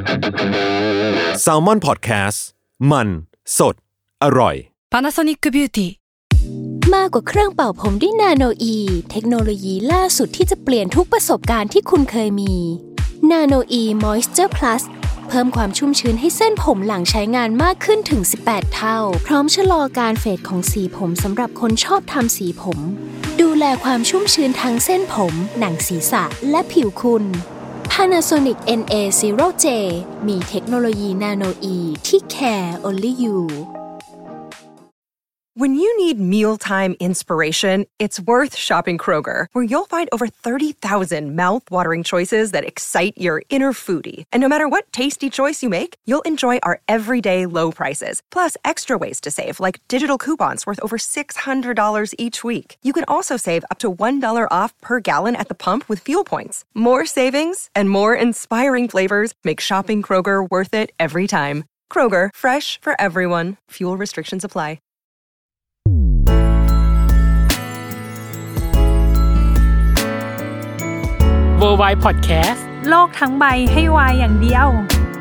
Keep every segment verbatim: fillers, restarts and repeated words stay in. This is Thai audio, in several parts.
Salmon Podcast มันสดอร่อย Panasonic Beauty มากกว่าเครื่องเป่าผมด้วยนาโนอีเทคโนโลยีล่าสุดที่จะเปลี่ยนทุกประสบการณ์ที่คุณเคยมีนาโนอี Moisture Plus เพิ่มความชุ่มชื้นให้เส้นผมหลังใช้งานมากขึ้นถึงสิบแปดเท่าพร้อมชะลอการเฟดของสีผมสำหรับคนชอบทำสีผมดูแลความชุ่มชื้นทั้งเส้นผมหนังศีรษะและผิวคุณ Panasonic เอ็น เอ ศูนย์ เจ มีเทคโนโลยีนาโนอีที่ care only you When you need mealtime inspiration, it's worth shopping Kroger, where you'll find over thirty thousand mouth-watering choices that excite your inner foodie. And no matter what tasty choice you make, you'll enjoy our everyday low prices, plus extra ways to save, like digital coupons worth over six hundred dollars each week. You can also save up to one dollar off per gallon at the pump with fuel points. More savings and more inspiring flavors make shopping Kroger worth it every time. Kroger, fresh for everyone. Fuel restrictions apply. Worldwide Podcast โลกทั้งใบให้วายอย่างเดียว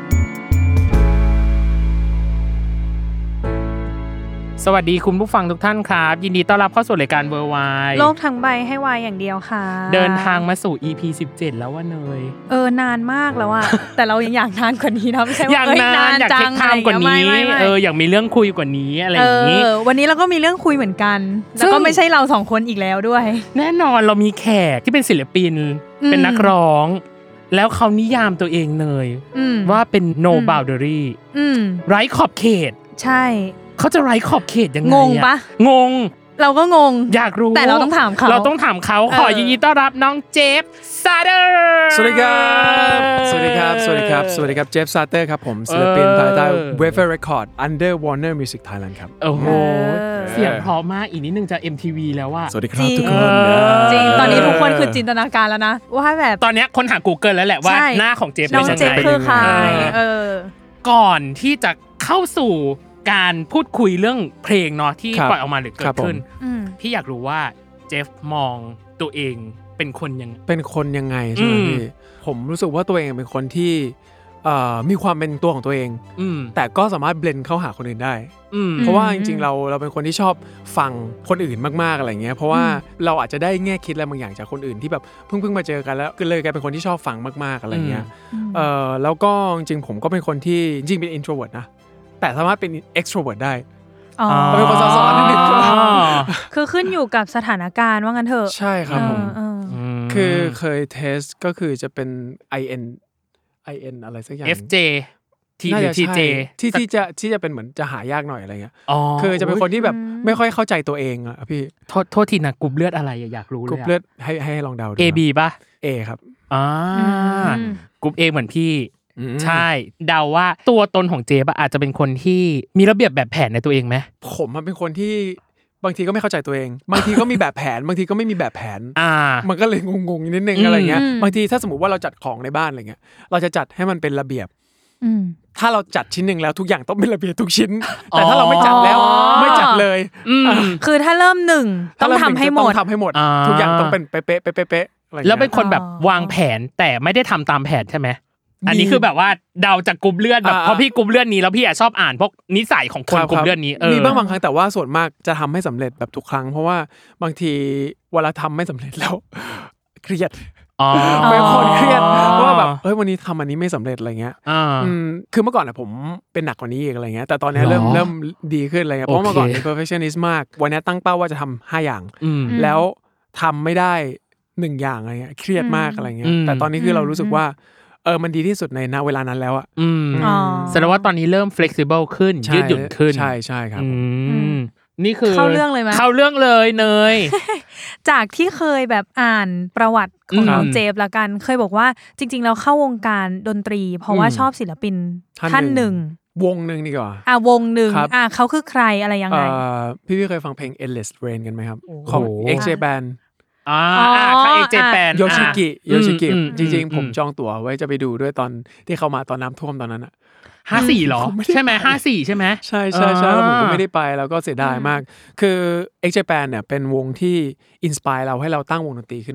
สวัสดีคุณผู้ฟังทุกท่านครับยินดีต้อนรับเข้าสู่รายการ Worldwide โลกทั้งใบให้วายอย่างเดียวค่ะเดินทางมาสู่ อี พี สิบเจ็ดแล้วว่าเนยเออนานมากแล้วอะ แต่เรายังอยากนานกว่านี้นะไม่ใช่ว่าอยากนานอยากเทคไทม์กว่านี้เอออยากมีเรื่องคุยกว่านี้อะไรอย่างนี้เออวันนี้เราก็มีเรื่องคุยเหมือนกันแล้วก็ไม่ใช่เราสองคนอีกแล้วด้วยแน่นอนเรามีแขกที่เป็นศิลปินเป็นนักร้องแล้วเขานิยามตัวเองเนยว่าเป็น no boundary ไร้ขอบเขตใช่เขาจะไร้ขอบเขตยังไงงงปะงงเราก็งงอยากรู้แต่เราต้องถามเขาเราต้องถามเขาขอยินดีต้อนรับน้องเจฟซาเตอร์สวัสดีครับสวัสดีครับสวัสดีครับสวัสดีครับเจฟซาเตอร์ครับผมศิลปินภายใต้ Weather Record Under Warner Music Thailand ครับโอ้โหเสียงเพราะมากอีกนิดนึงจะ เอ็ม ที วี แล้วว่าสวัสดีครับทุกคนจริงตอนนี้ทุกคนคือจินตนาการแล้วนะว่าแบบตอนนี้คนหา Google แล้วแหละว่าหน้าของเจฟเป็นยังไงน้องเจฟคือใครเออก่อนที่จะเข้าสู่การพูดคุยเรื่องเพลงเนาะที่ปล่อยออกมาหรือเกิดขึ้นพี่อยากรู้ว่าเจฟมองตัวเองเป็นคนยังเป็นคนยังไงใช่ไหมพี่ผมรู้สึกว่าตัวเองเป็นคนที่มีความเป็นตัวของตัวเองแต่ก็สามารถเบลนด์เข้าหาคนอื่นได้เพราะว่าจริงๆเราเราเป็นคนที่ชอบฟังคนอื่นมากๆอะไรเงี้ยเพราะว่าเราอาจจะได้แง่คิดอะไรบางอย่างจากคนอื่นที่แบบเพิ่งเพิ่งมาเจอกันแล้วก็เลยกลายเป็นคนที่ชอบฟังมากๆอะไรเงี้ยแล้วก็จริงๆผมก็เป็นคนที่จริงๆเป็น introvert นะแต่สามารถเป็น extrovert ได้อ๋อเป็นคนซ้อนๆนิดนึงคือขึ้นอยู่กับสถานการณ์ว่างั้นเถอะใช่ครับผมคือเคยเทสก็คือจะเป็น ไอ เอ็น ไอ เอ็น อะไรสักอย่างเอฟ เจ T หรือ ที เจที่ที่จะที่จะเป็นเหมือนจะหายากหน่อยอะไรเงี้ยคือจะเป็นคนที่แบบไม่ค่อยเข้าใจตัวเองอ่ะพี่โทษโทษทีนะกลุ่มเลือดอะไรอยากรู้เลยกลุ่มเลือดให้ให้ลองเดาดูเอ บี ป่ะ A ครับอ่ากลุ่ม A เหมือนพี่ใช่เดาว่าตัวตนของเจฟอาจจะเป็นคนที่มีระเบียบแบบแผนในตัวเองไหมผมเป็นคนที่บางทีก็ไม่เข้าใจตัวเองบางทีก็มีแบบแผนบางทีก็ไม่มีแบบแผนมันก็เลยงงๆนิดนึงอะไรเงี้ยบางทีถ้าสมมติว่าเราจัดของในบ้านอะไรเงี้ยเราจะจัดให้มันเป็นระเบียบถ้าเราจัดชิ้นนึงแล้วทุกอย่างต้องเป็นระเบียบทุกชิ้นแต่ถ้าเราไม่จัดแล้วไม่จัดเลยคือถ้าเริ่มหนึ่งต้องทำให้หมดต้องทำให้หมดทุกอย่างต้องเป็นเป๊ะๆเป๊ะๆแล้วเป็นคนแบบวางแผนแต่ไม่ได้ทำตามแผนใช่ไหมอันนี้คือแบบว่าเดาจากกลุ่มเลือดแบบเพราะพี่กลุ่มเลือดนี้แล้วพี่ชอบอ่านพวกนิสัยของคนกลุ่มเลือดนี้มีบ้างบางครั้งแต่ว่าส่วนมากจะทำให้สำเร็จแบบทุกครั้งเพราะว่าบางทีเวลาทำไม่สำเร็จแล้วเครียดเป็นคนเครียดว่าแบบเฮ้ยวันนี้ทำอันนี้ไม่สำเร็จอะไรเงี้ยคือเมื่อก่อนอะผมเป็นหนักกว่านี้อีกอะไรเงี้ยแต่ตอนนี้เริ่มเริ่มดีขึ้นอะไรเงี้ยเพราะเมื่อก่อนเป็น perfectionist มากวันนี้ตั้งเป้าว่าจะทำห้าอย่างแล้วทำไม่ได้หนึ่งอย่างอะไรเงี้ยเครียดมากอะไรเงี้ยแต่ตอนนี้คือเรารู้สึกว่าเออมันดีที่สุดในณเวลานั้นแล้วอ่ะอืมแสดงว่าตอนนี้เริ่ม flexible ขึ้นยืดหยุ่นขึ้นใช่ๆครับนี่คือเข้าเรื่องเลยมั้ยเข้าเรื่องเลยเนยจากที่เคยแบบอ่านประวัติของน้องเจฟละกันเคยบอกว่าจริงๆแล้วเข้าวงการดนตรีเพราะว่าชอบศิลปินท่านหนึ่งวงนึงดีกว่าอ่ะวงนึงอ่ะเขาคือใครอะไรยังไงเอ่อพี่ๆเคยฟังเพลง Endless Rain กันมั้ยครับของ เอ็กซ์ เจ Band อ่าค่าย เอ็กซ์ เจ Band โยชิกิโยชิกิจริงๆผมจองตั๋วไว้จะไปดูด้วยตอนที่เขามาตอนน้ำท่วมตอนนั้นอ่ะห้าสิบสี่หรอใช่มั้ยห้าสิบสี่ใช่มั้ยใช่ๆๆแล้วผมก็ไม่ได้ไปแล้วก็เสียดายมากคือ เอ็กซ์ เจ Band เนี่ยเป็นวงที่อินสไปร์เราให้เราตั้งวงดนตรีขึ้นมา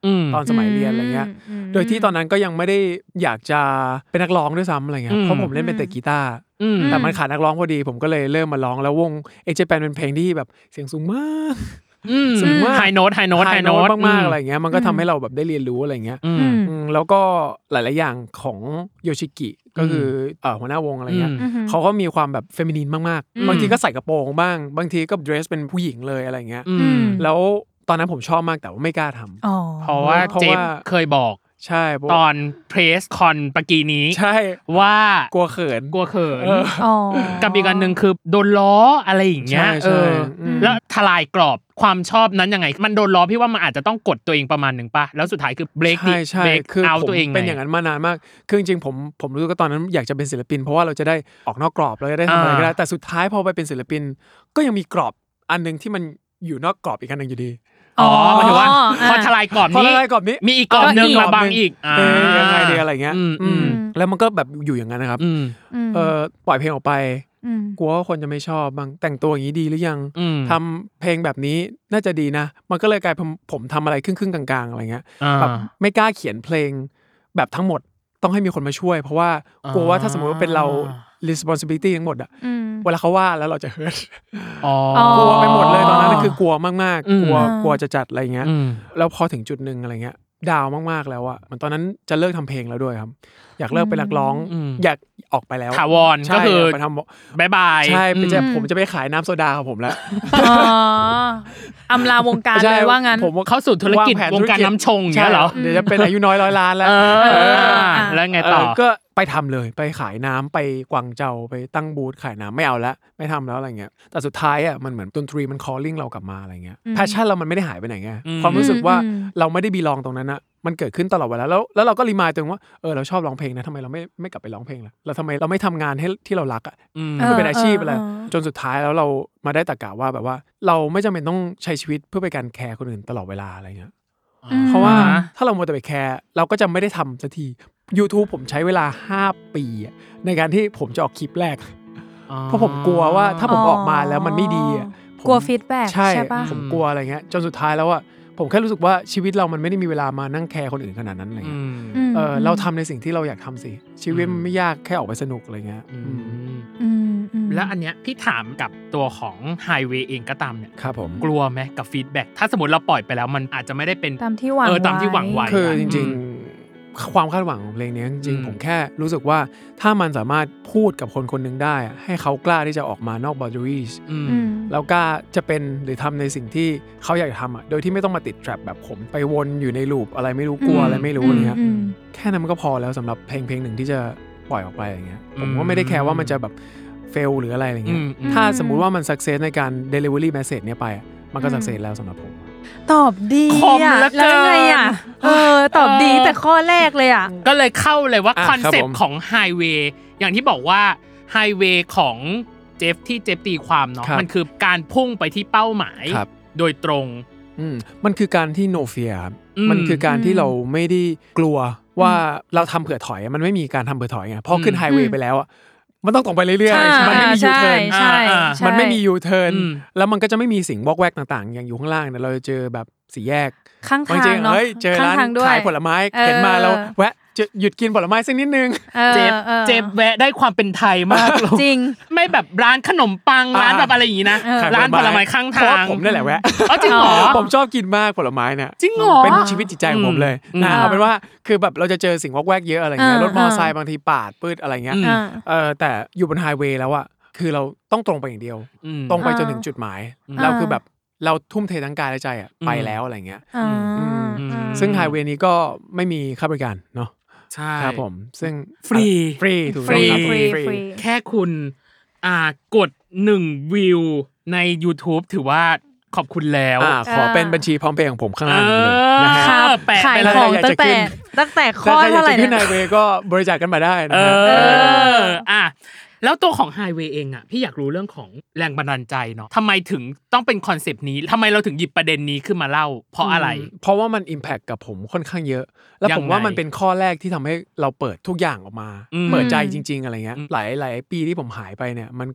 ตอนสมัยเรียนอะไรเงี้ยโดยที่ตอนนั้นก็ยังไม่ได้อยากจะเป็นนักร้องด้วยซ้ำอะไรเงี้ยเพราะผมเล่นเป็นแต่กีตาร์แต่มันขาดนักร้องพอดีผมก็เลยเริ่มมาร้องแล้ววง เอ J Pan เป็นเพลงที่แบบเสียงสูงมากสูงมากไฮโน้ตไฮโน้ตไฮโน้ตมากๆอะไรเงี้ยมันก็ทำให้เราแบบได้เรียนรู้อะไรเงี้ยแล้วก็หลายๆอย่างของโยชิกิก็คือเอ่อหัวหน้าวงอะไรเงี้ยเขาก็มีความแบบเฟมินีนมากๆบางทีก็ใส่กระโปรงบ้างบางทีก็เดรสเป็นผู้หญิงเลยอะไรเงี้ยแล้วตอนนั้นผมชอบมากแต่ว่าไม่กล้าทำเพราะว่าเจฟเคยบอกใช่ตอนเพรสคอนปกี้นี้ใช่ว่ากลัวเขินกลัวเขินกับอีกอันนึงคือโดนล้ออะไรอย่างเงี้ยเออแล้วทลายกรอบความชอบนั้นยังไงมันโดนล้อพี่ว่ามันอาจจะต้องกดตัวเองประมาณนึงป่ะแล้วสุดท้ายคือเบรกดิเบรกเอาตัวเองเป็นอย่างนั้นมานานมากคือจริงๆผมผมรู้สึกว่าตอนนั้นอยากจะเป็นศิลปินเพราะว่าเราจะได้ออกนอกกรอบเราจะได้ทำอะไรก็ได้แต่สุดท้ายพอไปเป็นศิลปินก็ยังมีกรอบอันนึงที่มันอยู่นอกกรอบอีกอันนึงอยู่ดีอ๋อหมายถึงว่าพอทลายกรอบนี้มีอีกกรอบนึงมาบังอีกเออยังไงดีอะไรเงี้ยแล้วมันก็แบบอยู่อย่างนั้นนะครับเออปล่อยเพลงออกไปกลัวว่าคนจะไม่ชอบบางแต่งตัวอย่างนี้ดีหรือยังทำเพลงแบบนี้น่าจะดีนะมันก็เลยกลายเป็นผมทำอะไรครึ่งๆกลางๆอะไรเงี้ยแบบไม่กล้าเขียนเพลงแบบทั้งหมดต้องให้มีคนมาช่วยเพราะว่ากลัวว่าถ้าสมมติว่าเป็นเรา responsibility ทั้งหมดอ่ะเวลาเขาว่าแล้วเราจะ hurt อ๋อกลัวไปหมดเลยตอนนั้นคือกลัวมากๆกลัวกลัวจะจัดอะไรเงี้ยแล้วพอถึงจุดนึงอะไรเงี้ยดาวมากๆแล้วอ่ะมันตอนนั้นจะเลิกทำเพลงแล้วด้วยครับอยากเลิกเป็นนักร้องอยากออกไปแล้วถาวรก็คือไปทำบายบายใช่ไปจะผมจะไปขายน้ำโซดาของผมแล้วอ๋ออำลาวงการเลยว่างั้นผมเข้าสู่ธุรกิจวงการน้ำชงอย่างเงี้ยเหรอเดี๋ยวจะเป็นอายุน้อยร้อยล้านแล้วแล้วไงต่อก็ไปทำเลยไปขายน้ำไปกวางเจาไปตั้งบูธขายน้ำไม่เอาละไม่ทำแล้วอะไรเงี้ยแต่สุดท้ายอ่ะมันเหมือนดนตรีมัน calling เรากลับมาอะไรเงี้ยแพชชั่นเรามันไม่ได้หายไปไหนไงความรู้สึกว่าเราไม่ได้บีลองตรงนั้นนะมันเกิดขึ้นตลอดเวลาแล้วแล้วเราก็รีมายตัวเองว่าเออเราชอบร้องเพลงนะทำไมเราไม่ไม่กลับไปร้องเพลงล่ะเราทำไมเราไม่ทำงานให้ที่เรารักอ่ะมันเป็นอาชีพอะไรจนสุดท้ายแล้วเรามาได้ตระกะว่าแบบว่าเราไม่จำเป็นต้องใช้ชีวิตเพื่อไปการแคร์คนอื่นตลอดเวลาอะไรเงี้ยเพราะว่าถ้าเรามัวแต่ไปแคร์เราก็จะไม่ได้ทำสักที YouTube ผมใช้เวลาห้าปีในการที่ผมจะออกคลิปแรกเพราะผมกลัวว่าถ้าผมออกมาแล้วมันไม่ดีอ่ะกลัวฟีดแบ็กใช่ป่ะผมกลัวอะไรเงี้ยจนสุดท้ายแล้วอ่ะผมแค่รู้สึกว่าชีวิตเรามันไม่ได้มีเวลามานั่งแคร์คนอื่นขนาดนั้นอะไรเงี้ยเออเราทำในสิ่งที่เราอยากทำสิชีวิตมันไม่ยากแค่ออกไปสนุกอะไรเงี้ยแล้วอันเนี้ยพี่ถามกับตัวของไฮเวย์เองก็ตามเนี่ยครับผมกลัวไหมกับฟีดแบ็กถ้าสมมติเราปล่อยไปแล้วมันอาจจะไม่ได้เป็นตามที่หวังเออตามที่หวังไว้คือจริงๆความคาดหวังของเพลงนี้จริงๆผมแค่รู้สึกว่าถ้ามันสามารถพูดกับคนคนนึงได้ให้เขากล้าที่จะออกมานอก boundaries แล้วกล้าจะเป็นหรือทำในสิ่งที่เขาอยากทำอ่ะโดยที่ไม่ต้องมาติด trap แบบผมไปวนอยู่ในลูปอะไรไม่รู้กลัวอะไรไม่รู้อะไรเงี้ยแค่นั้นมันก็พอแล้วสำหรับเพลงเพลงหนึ่งที่จะปล่อยออกไปอย่างเงี้ยผมก็ไม่ได้แคร์ว่ามันจะแบบเฟลหรืออะไรอย่างเงี้ยถ้าสมมุติว่ามัน success ในการ delivery message เนี่ยไปมันก็ success แล้วสำหรับผมตอบดีอ่ะแล้วไงอ่ะเออตอบดีแต่ข้อแรกเลยอ่ะก็เลยเข้าเลยว่าคอนเซ็ปต์ของไฮเวย์อย่างที่บอกว่าไฮเวย์ของเจฟที่เจฟตีความเนาะมันคือการพุ่งไปที่เป้าหมายโดยตรงมันคือการที่ no fear มันคือการที่เราไม่ได้กลัวว่าเราทำเผื่อถอยมันไม่มีการทำเผื่อถอยไงพอขึ้นไฮเวย์ไปแล้วอ่ะมันต้องตรงไปเรื่อยๆมันไม่มียูเทิร์นมันไม่มียูเทิร์นแล้วมันก็จะไม่มีสิ่งวอกแวกต่างๆอย่างอยู่ข้างล่างเนี่ยเราจะเจอแบบสี่แยกข้างทางเนาะเจอร้านขายผลไม้เห็นมาแล้วแวะจะหยุดกินผลไม้สักนิดนึงเจ็บเจ็บแวะได้ความเป็นไทยมากจริงไม่แบบร้านขนมปังร้านแบบอะไรอย่างงี้นะร้านผลไม้ข้างทางผมนั่นแหละแวะอ๋อจริงเหรอผมชอบกินมากผลไม้เนี่ยจริงเหรอเป็นชีวิตจิตใจของผมเลยนะเอาเป็นว่าคือแบบเราจะเจอสิ่งวอกแวกเยอะอะไรเงี้ยรถมอเตอร์ไซค์บางทีปาดปื้ดอะไรเงี้ยเออแต่อยู่บนไฮเวย์แล้วอะคือเราต้องตรงไปอย่างเดียวตรงไปจนถึงจุดหมายเราคือแบบเราทุ่มเททั้งกายและใจอ่ะไปแล้วอะไรเงี้ยซึ่งไฮเวย์นี้ก็ไม่มีค่าบริการเนาะใช่ครับผมซึ่งฟรีฟรีถูกฟรีแค่คุณอ่ากดหนึ่งวิวใน YouTube ถือว่าขอบคุณแล้วอ่าขอเป็นบัญชีพร้อมเพย์ของผมข้างล่างเลยนะฮะขายของตั้งแต่ตั้งแต่ข้อเท่าไหร่เนี่ยขึ้นไฮเวย์ก็บริจาคกันมาได้นะฮะเอออ่ะแล้วตัวของไฮเวย์เองอ่ะพี่อยากรู้เรื่องของแรงบันดาลใจเนาะทำไมถึงต้องเป็นคอนเซปต์นี้ทำไมเราถึงหยิบประเด็นนี้ขึ้นมาเล่าเพราะอะไรเพราะว่ามัน impact กับผมค่อนข้างเยอะแล้วผมว่ามันเป็นข้อแรกที่ทำให้เราเปิดทุกอย่างออกมาเปิดใจจริงๆอะไรเงี้ยหลายหลายปีที่ผมหายไปเนี่ยมันก็ไป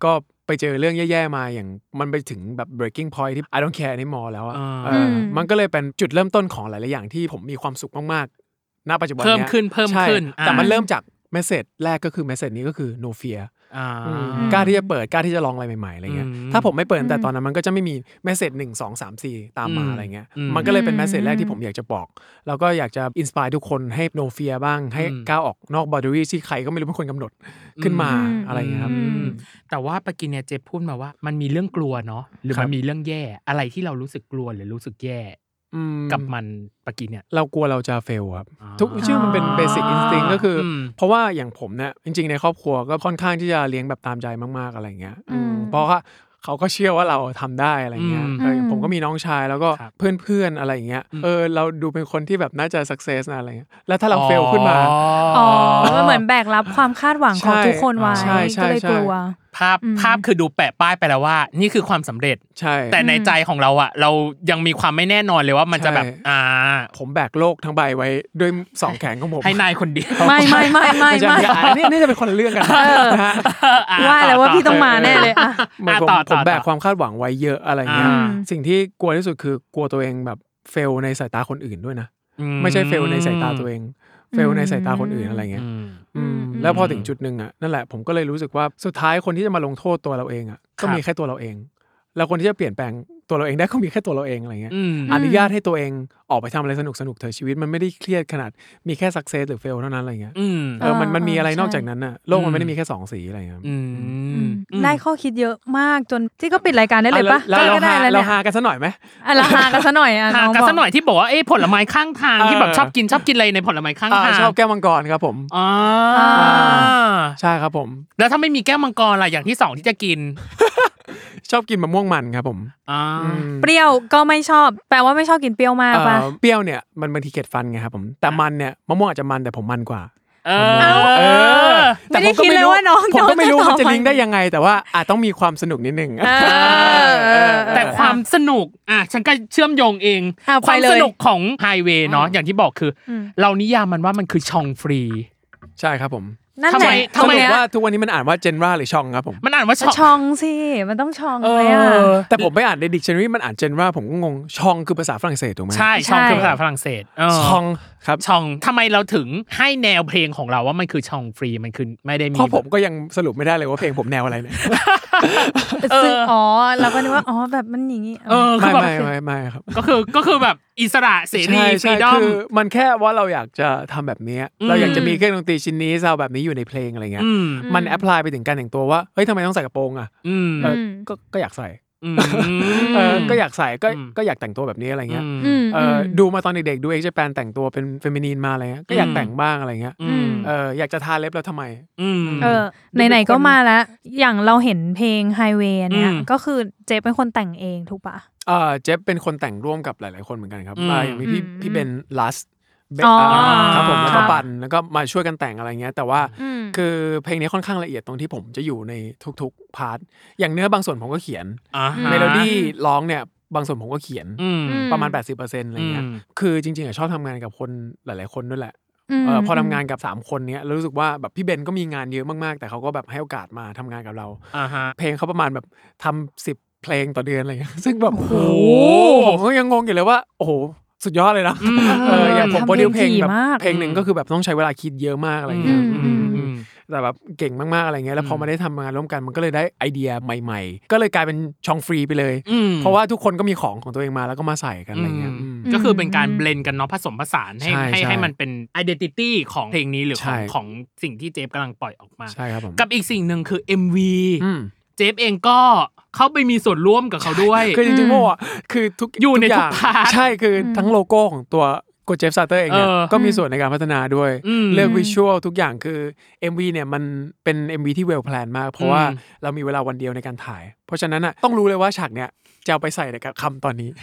ไปเจอเรื่องแย่ๆมาอย่างมันไปถึงแบบ breaking point ที่ I don't care anymore แล้วอ่ะเออมันก็เลยเป็นจุดเริ่มต้นของหลายๆอย่างที่ผมมีความสุขมากๆณปัจจุบันเนี้ยเพิ่มขึ้นเพิ่มขึ้นแต่มันเริ่มจากเมสเสจแรกก็คือเมสเสจนี้ก็คือ no fear กล้าที่จะเปิดกล้าที่จะลองอะไรใหม่ๆอะไรเงี้ยถ้าผมไม่เปิดแต่ตอนนั้นมันก็จะไม่มีเมสเสจหนึ่ง สอง สาม สี่ตามมาอะไรเงี้ยมันก็เลยเป็นเมสเสจแรกที่ผมอยากจะบอกแล้วก็อยากจะอินสไปร์ทุกคนให้ no fear บ้างให้ก้าวออกนอก boundary ที่ใครก็ไม่รู้เป็นคนกำหนดขึ้นมาอะไรเงี้ยครับแต่ว่าปกินเนี่ยเจฟพูดมาว่ามันมีเรื่องกลัวเนาะหรือมันมีเรื่องแย่อะไรที่เรารู้สึกกลัวหรือรู้สึกแย่กับมันปกินเนี่ยเรากลัวเราจะเฟลครับทุกชื่อมันเป็นเบสิกอินสติ้งก็คือเพราะว่าอย่างผมเนี่ยจริงๆในครอบครัวก็ค่อนข้างที่จะเลี้ยงแบบตามใจมากๆอะไรเงี้ยเพราะว่าเขาก็เชื่อว่าเราทำได้อะไรเงี้ยผมก็มีน้องชายแล้วก็เพื่อนๆอะไรเงี้ยเออเราดูเป็นคนที่แบบน่าจะสักเซสนะอะไรเงี้ยแล้วถ้าเราเฟลขึ้นมาอ๋อเหมือนแบกรับความคาดหวังของทุกคนไว้ก็เลยกลัวภาพภาพคือดูแปะป้ายไปแล้วว่านี่คือความสำเร็จใช่แต่ในใจของเราอ่ะเรายังมีความไม่แน่นอนเลยว่ามันจะแบบอ่าผมแบกโลกทั้งใบไว้ด้วยสองแขนของผมให้นายคนเดียวไม่ไม่ไม่ไม่ไม่นี่นี่จะเป็นคนละเรื่องกันนะฮะว่าแล้วว่าพี่ต้องมาแน่เลยอ่ะผมแบกความคาดหวังไว้เยอะอะไรเงี้ยสิ่งที่กลัวที่สุดคือกลัวตัวเองแบบเฟลในสายตาคนอื่นด้วยนะไม่ใช่เฟลในสายตาตัวเองเฟลในสายตาคนอื่นอะไรเงี้ยแล้วพอถึงจุดนึงอ่ะนั่นแหละผมก็เลยรู้สึกว่าสุดท้ายคนที่จะมาลงโทษตัวเราเองอ่ะก็มีแค่ตัวเราเองแล้วคนที่จะเปลี่ยนแปลงตัวเราเองได้ก็มีแค่ตัวเราเองอะไรเงี้ยอนุญาตให้ตัวเองออกไปทำอะไรสนุกสนุกเถอะชีวิตมันไม่ได้เครียดขนาดมีแค่สักเซสหรือเฟลเท่านั้นอะไรเงี้ยเออมันมันมีอะไรนอกจากนั้นน่ะโลกมันไม่ได้มีแค่สองสีอะไรเงี้ยได้ข้อคิดเยอะมากจนที่ก็ปิดรายการได้เลยปะก็ได้แล้วเราหากันซะหน่อยไหมเราหากันซะหน่อยอ่ะหากันซะหน่อยที่บอกว่าเอ้ผลไม้ข้างทางที่แบบชอบกินชอบกินอะไรในผลไม้ข้างทางชอบแก้วมังกรครับผมอ๋อใช่ครับผมแล้วถ้าไม่มีแก้วมังกรล่ะอย่างที่สองที่จะกินชอบกินมะม่วงมันครับผมเปรี้ยวก็ไม่ชอบแปลว่าไม่ชอบกินเปรี้ยวมากป่ะเปรี้ยวเนี่ยมันบางทีเข็ดฟันไงครับผมแต่มันเนี่ยมะม่วงอาจจะมันแต่ผมมันกว่าเออแต่ผมก็ไม่รู้ว่าน้องผมก็ไม่รู้มันจะลิงก์ได้ยังไงแต่ว่าอาจต้องมีความสนุกนิดนึงแต่ความสนุกอ่ะฉันก็เชื่อมโยงเองความสนุกของไฮเวย์เนาะอย่างที่บอกคือเรานิยามมันว่ามันคือช่องฟรีใช่ครับผมทำไมทำไมว่าทุกวันนี้มันอ่านว่าเจนราหรือช่องครับผมมันอ่านว่าช่องสิมันต้องช่องเลยอ่ะแต่ผมไปอ่านในดิกชันนารีมันอ่านเจนราผมก็งงช่องคือภาษาฝรั่งเศสถูกไหมใช่ช่องคือภาษาฝรั่งเศสช่องครับช่องทำไมเราถึงให้แนวเพลงของเราว่ามันคือช่องฟรีมันคือไม่ได้มีเพราะผมก็ยังสรุปไม่ได้เลยว่าเพลงผมแนวอะไรเนี่ยอ๋อเราก็นึกว่าอ๋อแบบมันอย่างงี้เออไม่ไม่ไม่ไม่ครับก็คือก็คือแบบอิสระเสรีฟรีดอมคือมันแค่ว่าเราอยากจะทำแบบนี้เราอยากจะมีเครื่องดนตรีชิ้นนี้ซาวแบบนี้อยู่ในเพลงอะไรเงี้ยมันแอพพลายไปถึงการแต่งตัวว่าเฮ้ยทำไมต้องใส่กระโปรงอ่ะก็ก็อยากใส่ก็อยากใส่ก็ก็อยากแต่งตัวแบบนี้อะไรเงี้ยดูมาตอนเด็กๆดูเอ็กซ์เจแปนแต่งตัวเป็นเฟมินีนมาอะไรเงี้ยก็อยากแต่งบ้างอะไรเงี้ยอยากจะทาเล็บแล้วทำไมเออไหนๆก็มาแล้วอย่างเราเห็นเพลงไฮเวย์เนี่ยก็คือเจฟเป็นคนแต่งเองถูกปะเออเจฟเป็นคนแต่งร่วมกับหลายๆคนเหมือนกันครับอย่างมีพี่พี่เบนลัสครับผมแล้วก็ปันแล้วก็มาช่วยกันแต่งอะไรเงี้ยแต่ว่าคือเพลงนี้ค่อนข้างละเอียดตรงที่ผมจะอยู่ในทุกๆพาร์ทอย่างเนื้อบางส่วนผมก็เขียนเมโลดี้ร้องเนี่ยบางส่วนผมก็เขียนประมาณ แปดสิบเปอร์เซ็นต์ อะไรเงี้ยคือจริงๆชอบทำงานกับคนหลายๆคนด้วยแหละพอทำงานกับสามคนเนี้ยรู้สึกว่าแบบพี่เบนก็มีงานเยอะมากๆแต่เขาก็แบบให้โอกาสมาทำงานกับเราเพลงเขาประมาณแบบทำสิบเพลงต่อเดือนอะไรเงี้ยซึ่งแบบโอ้โหผมก็ยังงงอยู่เลยว่าโอ้โหสุดยอดเลยนะเอออย่างผมโปรดิวเพลงแบบเพลงนึงก็คือแบบต้องใช้เวลาคิดเยอะมากอะไรเงี้ยแต่แบบเก่งมากๆอะไรเงี้ยแล้วพอมาได้ทำงานร่วมกันมันก็เลยได้ไอเดียใหม่ๆก็เลยกลายเป็นช่องฟรีไปเลยเพราะว่าทุกคนก็มีของของตัวเองมาแล้วก็มาใส่กันอะไรเงี้ยก็คือเป็นการเบลนด์กันเนาะผสมผสานให้ให้ให้มันเป็น identity ของเพลงนี้หรือของของสิ่งที่เจฟกำลังปล่อยออกมาใช่ครับผมกับอีกสิ่งนึงคือ เอ็ม วี เจฟเองก็เข้าไปมีส่วนร่วมกับเขาด้วยคือจริงๆว่าคือทุกอยู่ในทุกพาร์ทใช่คือทั้งโลโก้ของตัวโกเจฟซาเตอร์เองเนี่ยก็มีส่วนในการพัฒนาด้วยเรื่องวิชวลทุกอย่างคือ เอ็ม วี เนี่ยมันเป็น เอ็ม วี ที่เวลแพลนมากเพราะว่าเรามีเวลาวันเดียวในการถ่ายเพราะฉะนั้นน่ะต้องรู้เลยว่าฉากเนี้ยจะเอาไปใส่ในกับคำตอนนี้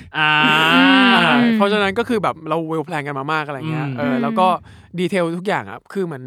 เพราะฉะนั้นก็คือแบบเราเวลแพลนกันมามากอะไรเงี้ยเออแล้วก็ดีเทลทุกอย่างอ่ะคือเหมือน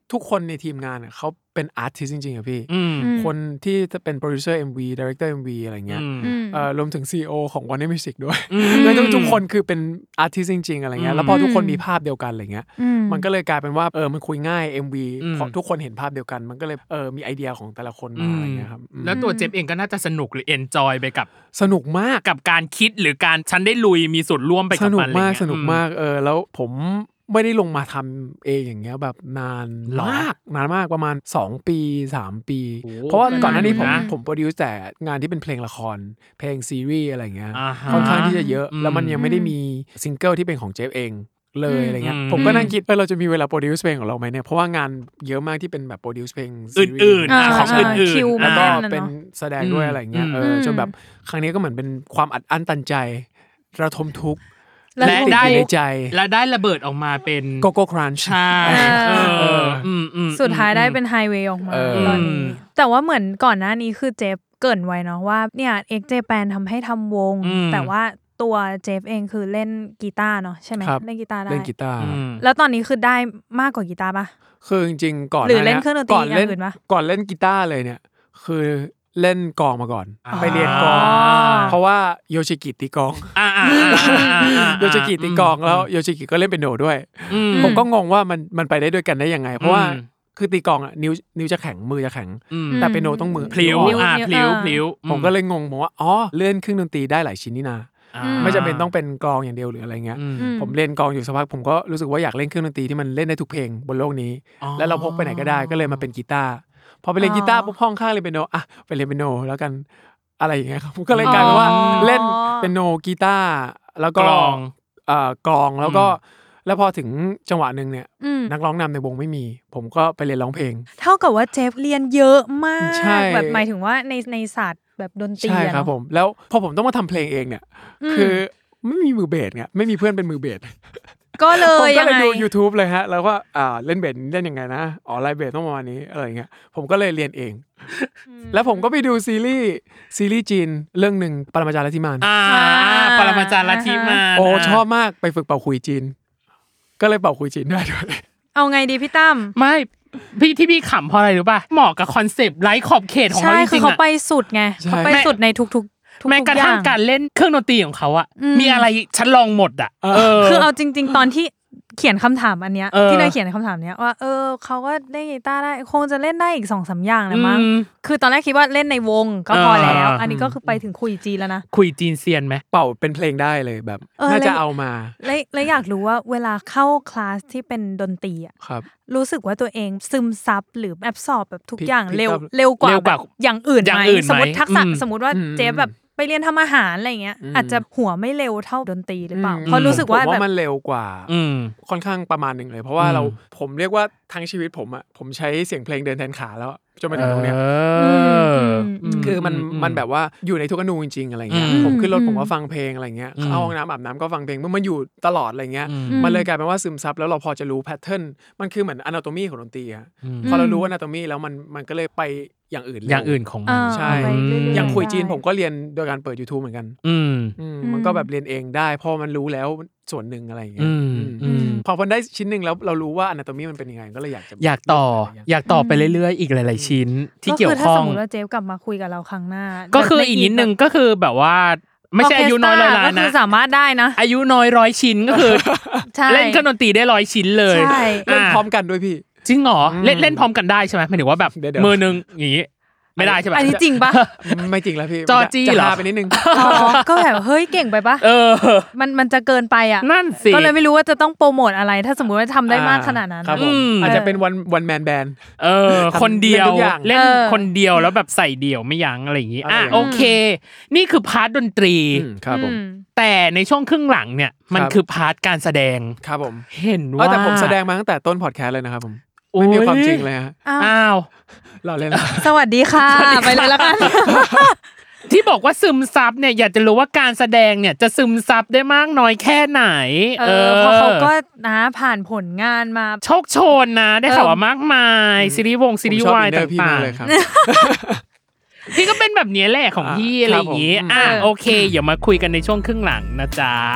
ทุกคนในทีมงานอ่ะเขาเป็นอาร์ติสจริงๆอ่ะพี่คนที่จะเป็นโปรดิวเซอร์ เอ็ม วี ดีเรคเตอร์ เอ็ม วี อะไรเงี้ยเอ่อรวมถึง ซี อี โอ ของ Warner Music ด้วยแล้วทุกคนคือเป็นอาร์ติสจริงๆอะไรเงี้ยแล้วพอทุกคนมีภาพเดียวกันอะไรเงี้ยมันก็เลยกลายเป็นว่าเออมันคุยง่าย เอ็ม วี พอทุกคนเห็นภาพเดียวกันมันก็เลยเออมีไอเดียของแต่ละคนมาอะไรเงี้ยครับแล้วตัวเจฟเองก็น่าจะสนุกหรือเอนจอยไปกับสนุกมากกับการคิดหรือการฉันได้ลุยมีส่วนร่วมไปกับมันสนุกมากสนุกมากเออแล้วผมไม่ได้ลงมาทำเองอย่างเงี้ยแบบนานมากนานมากประมาณสองปีสามปีเพราะว่าก่อนหน้านี้ผมผมโปรดิวซ์แต่งานที่เป็นเพลงละครเพลงซีรีส์อะไรเงี้ยค่อนข้างที่จะเยอะแล้วมันยังไม่ได้มีซิงเกิลที่เป็นของเจฟเองเลยอะไรเงี้ยผมก็นั่งคิดว่าเราจะมีเวลาโปรดิวซ์เพลงของเราไหมเนี่ยเพราะว่างานเยอะมากที่เป็นแบบโปรดิวซ์เพลงอื่นๆของอื่นๆแล้วก็เป็นแสดงด้วยอะไรเงี้ยเออจนแบบครั้งนี้ก็เหมือนเป็นความอัดอั้นตันใจระทมทุกข์และได้และได้ระเบิดออกมาเป็นโกโก้ครันช์ใช่สุดท้ายได้เป็นไฮเวย์ออกมาตอนนี้แต่ว่าเหมือนก่อนหน้านี้คือเจฟเกริ่นไว้เนาะว่าเนี่ย X Japan ทำให้ทำวงแต่ว่าตัวเจฟเองคือเล่นกีตาร์เนาะใช่ไหมเล่นกีตาร์ได้เล่นกีตาร์แล้วตอนนี้คือได้มากกว่ากีตาร์ป่ะคือจริงๆก่อนหรือเล่นเครื่องดนตรีอย่างอื่นป่ะก่อนเล่นกีตาร์เลยเนี่ยคือเล่นกลองมาก่อนไปเรียนกลองเพราะว่าโยชิกิตีกลองโยชิกิตีกลองแล้วโยชิกิก็เล่นเปียโนด้วยผมก็งงว่ามันมันไปได้ด้วยกันได้ยังไงเพราะว่าคือตีกลองอ่ะนิ้วนิ้วจะแข็งมือจะแข็งแต่เปียโนต้องมือพลิ้วอ่ะพลิ้วพลิ้วผมก็เลยงงผมว่าอ๋อเล่นเครื่องดนตรีได้หลายชิ้นนี่นาไม่จำเป็นต้องเป็นกลองอย่างเดียวหรืออะไรเงี้ยผมเล่นกลองอยู่สักพักผมก็รู้สึกว่าอยากเล่นเครื่องดนตรีที่มันเล่นได้ทุกเพลงบนโลกนี้แล้วเราพกไปไหนก็ได้ก็เลยมาเป็นกีตาร์พอไปเรียนกีตาร์ปุ๊บห้องข้างเรียนเปียโนอ่ะไปเรียนเปียโนแล้วกันอะไรอย่างเงี้ยครับก็เลยกลายเป็นว่าเล่นเปียโนกีตาร์แล้วก็กลองเอ่อกลองแล้วก็แล้วพอถึงจังหวะนึงเนี่ยนักร้องนำในวงไม่มีผมก็ไปเรียนร้องเพลงเท่ากับว่าเจฟเรียนเยอะมากแบบหมายถึงว่าในในศาสตร์แบบดนตรีใช่ครับผมแล้วพอผมต้องมาทำเพลงเองเนี่ยคือไม่มีมือเบสเนี่ยไม่มีเพื่อนเป็นมือเบสก็เลยยังไงผมก็เลยดู YouTube เลยฮะแล้วก็อ่าเล่นเบสเล่นยังไงนะอ๋อไลน์เบสต้องประมาณนี้อะไรเงี้ยผมก็เลยเรียนเองแล้วผมก็ไปดูซีรีส์ซีรีส์จีนเรื่องนึงปรมาจารย์ลัทธิมานอ่าปรมาจารย์ลัทธิมานโอ้ชอบมากไปฝึกเป่าขลุ่ยจีนก็เลยเป่าขลุ่ยจีนได้ด้วยเอาไงดีพี่ตั้มไม่พี่ที่พี่ขำเพราะอะไรรู้ป่ะเหมาะกับคอนเซปต์ไร้ขอบเขตของเขาจริงๆอ่ะใช่คือเขาไปสุดไงเขาไปสุดในทุกแม้กระทั่งการเล่นเครื่องดนตรีของเขาอะมีอะไรฉันลองหมดอะคือเอาจริงๆตอนที่เขียนคำถามอันเนี้ยที่นายเขียนคำถามเนี้ยว่าเออเขาก็เล่นกีตาร์ได้คงจะเล่นได้อีก สองสาม อย่างแหละมั้งคือตอนแรกคิดว่าเล่นในวงก็พอแล้วอันนี้ก็คือไปถึงคุยจีนแล้วนะคุยจีนเซียนไหมเป่าเป็นเพลงได้เลยแบบน่าจะเอามาแล้วแล้วอยากรู้ว่าเวลาเข้าคลาสที่เป็นดนตรีอะรู้สึกว่าตัวเองซึมซับหรือแอบสอบแบบทุกอย่างเร็วเร็วกว่าแบบอย่างอื่นไหมสมมติทักษะสมมติว่าเจ๊แบบไปเรียนทำอาหารอะไรเงี้ยอาจจะหัวไม่เร็วเท่าดนตรีหรือเปล่าเพราะรู้สึกว่าแบบมันเร็วกว่าค่อนข้างประมาณนึงเลยเพราะว่าเราผมเรียกว่าทั้งชีวิตผมอ่ะผมใช้เสียงเพลงเดินแทนขาแล้วจนมาถึงตรงเนี้ยคือมันมันแบบว่าอยู่ในทุกอนูจริงๆอะไรเงี้ยผมขึ้นรถผมก็ฟังเพลงอะไรเงี้ยเข้าห้องน้ำอาบน้ำก็ฟังเพลงมันอยู่ตลอดอะไรเงี้ยมันเลยกลายเป็นว่าซึมซับแล้วเราพอจะรู้แพทเทิร์นมันคือเหมือนอนาโตมีของดนตรีอ่ะพอเรารู้อนาโตมีแล้วมันมันก็เลยไปอย่างอื่นอย่างอื่นของมันใช่อย่างคุยจีนผมก็เรียนโดยการเปิด YouTube เหมือนกันอืมมันก็แบบเรียนเองได้พอมันรู้แล้วส่วนหนึ่งอะไรอย่างเงี้ยพอมันได้ชิ้นหนึ่งแล้วเรารู้ว่า anatomy มันเป็นยังไงก็เลยอยากจะอยากต่ออยากต่อไปเรื่อยๆอีกหลายๆชิ้นที่เกี่ยวข้องก็คือถ้าสมมติว่าเจฟกลับมาคุยกับเราครั้งหน้าก็คืออีกนิดนึงก็คือแบบว่าไม่ใช่อายุน้อยร้อยล้านนะก็คือสามารถได้นะอายุน้อยร้อยชิ้นก็คือเล่นเครื่องดนตรีได้ร้อยชิ้นเลยเล่นพร้อมกันด้วยพี่จริงเหรอเล่นเล่นพร้อมกันได้ใช่ไหมหมายถึงว่าแบบมือนึงอย่างงี้ไม่ได้ใช่ป่ะอันนี้จริงป่ะไม่จริงแล้วพี่จอจี้เหรอไปนิดนึงอ๋อก็แบบเฮ้ยเก่งไปป่ะเออมันมันจะเกินไปอ่ะนั่นสิก็เลยไม่รู้ว่าจะต้องโปรโมทอะไรถ้าสมมุติว่าทำได้มากขนาดนั้นอาจจะเป็นวันวันแมนแบนเออคนเดียวเล่นคนเดียวแล้วแบบใส่เดี่ยวไม่ยั้งอะไรอย่างงี้อ่ะโอเคนี่คือพาร์ทดนตรีครับผมแต่ในช่วงครึ่งหลังเนี่ยมันคือพาร์ทการแสดงครับผมเห็นว่าแต่ผมแสดงมาตั้งแต่ต้นพอดแคสต์เลยนะครับผมไม่มีความจริงเลยฮะอ้าวเราเล่นสวัสดีค่ะไปเลยแล้วกันที่บอกว่าซึมซับเนี่ยอยากจะรู้ว่าการแสดงเนี่ยจะซึมซับได้มากน้อยแค่ไหนเออเพราะเขาก็นะผ่านผลงานมาโชคโชนนะได้ข่าวว่ามากมายซีรีส์วงซีรีส์วายต่างๆพี่ก็เป็นแบบนี้แหละของพี่อะไรอย่างงี้อ่ะโอเคเดี๋ยวมาคุยกันในช่วงครึ่งหลังนะจ๊ะ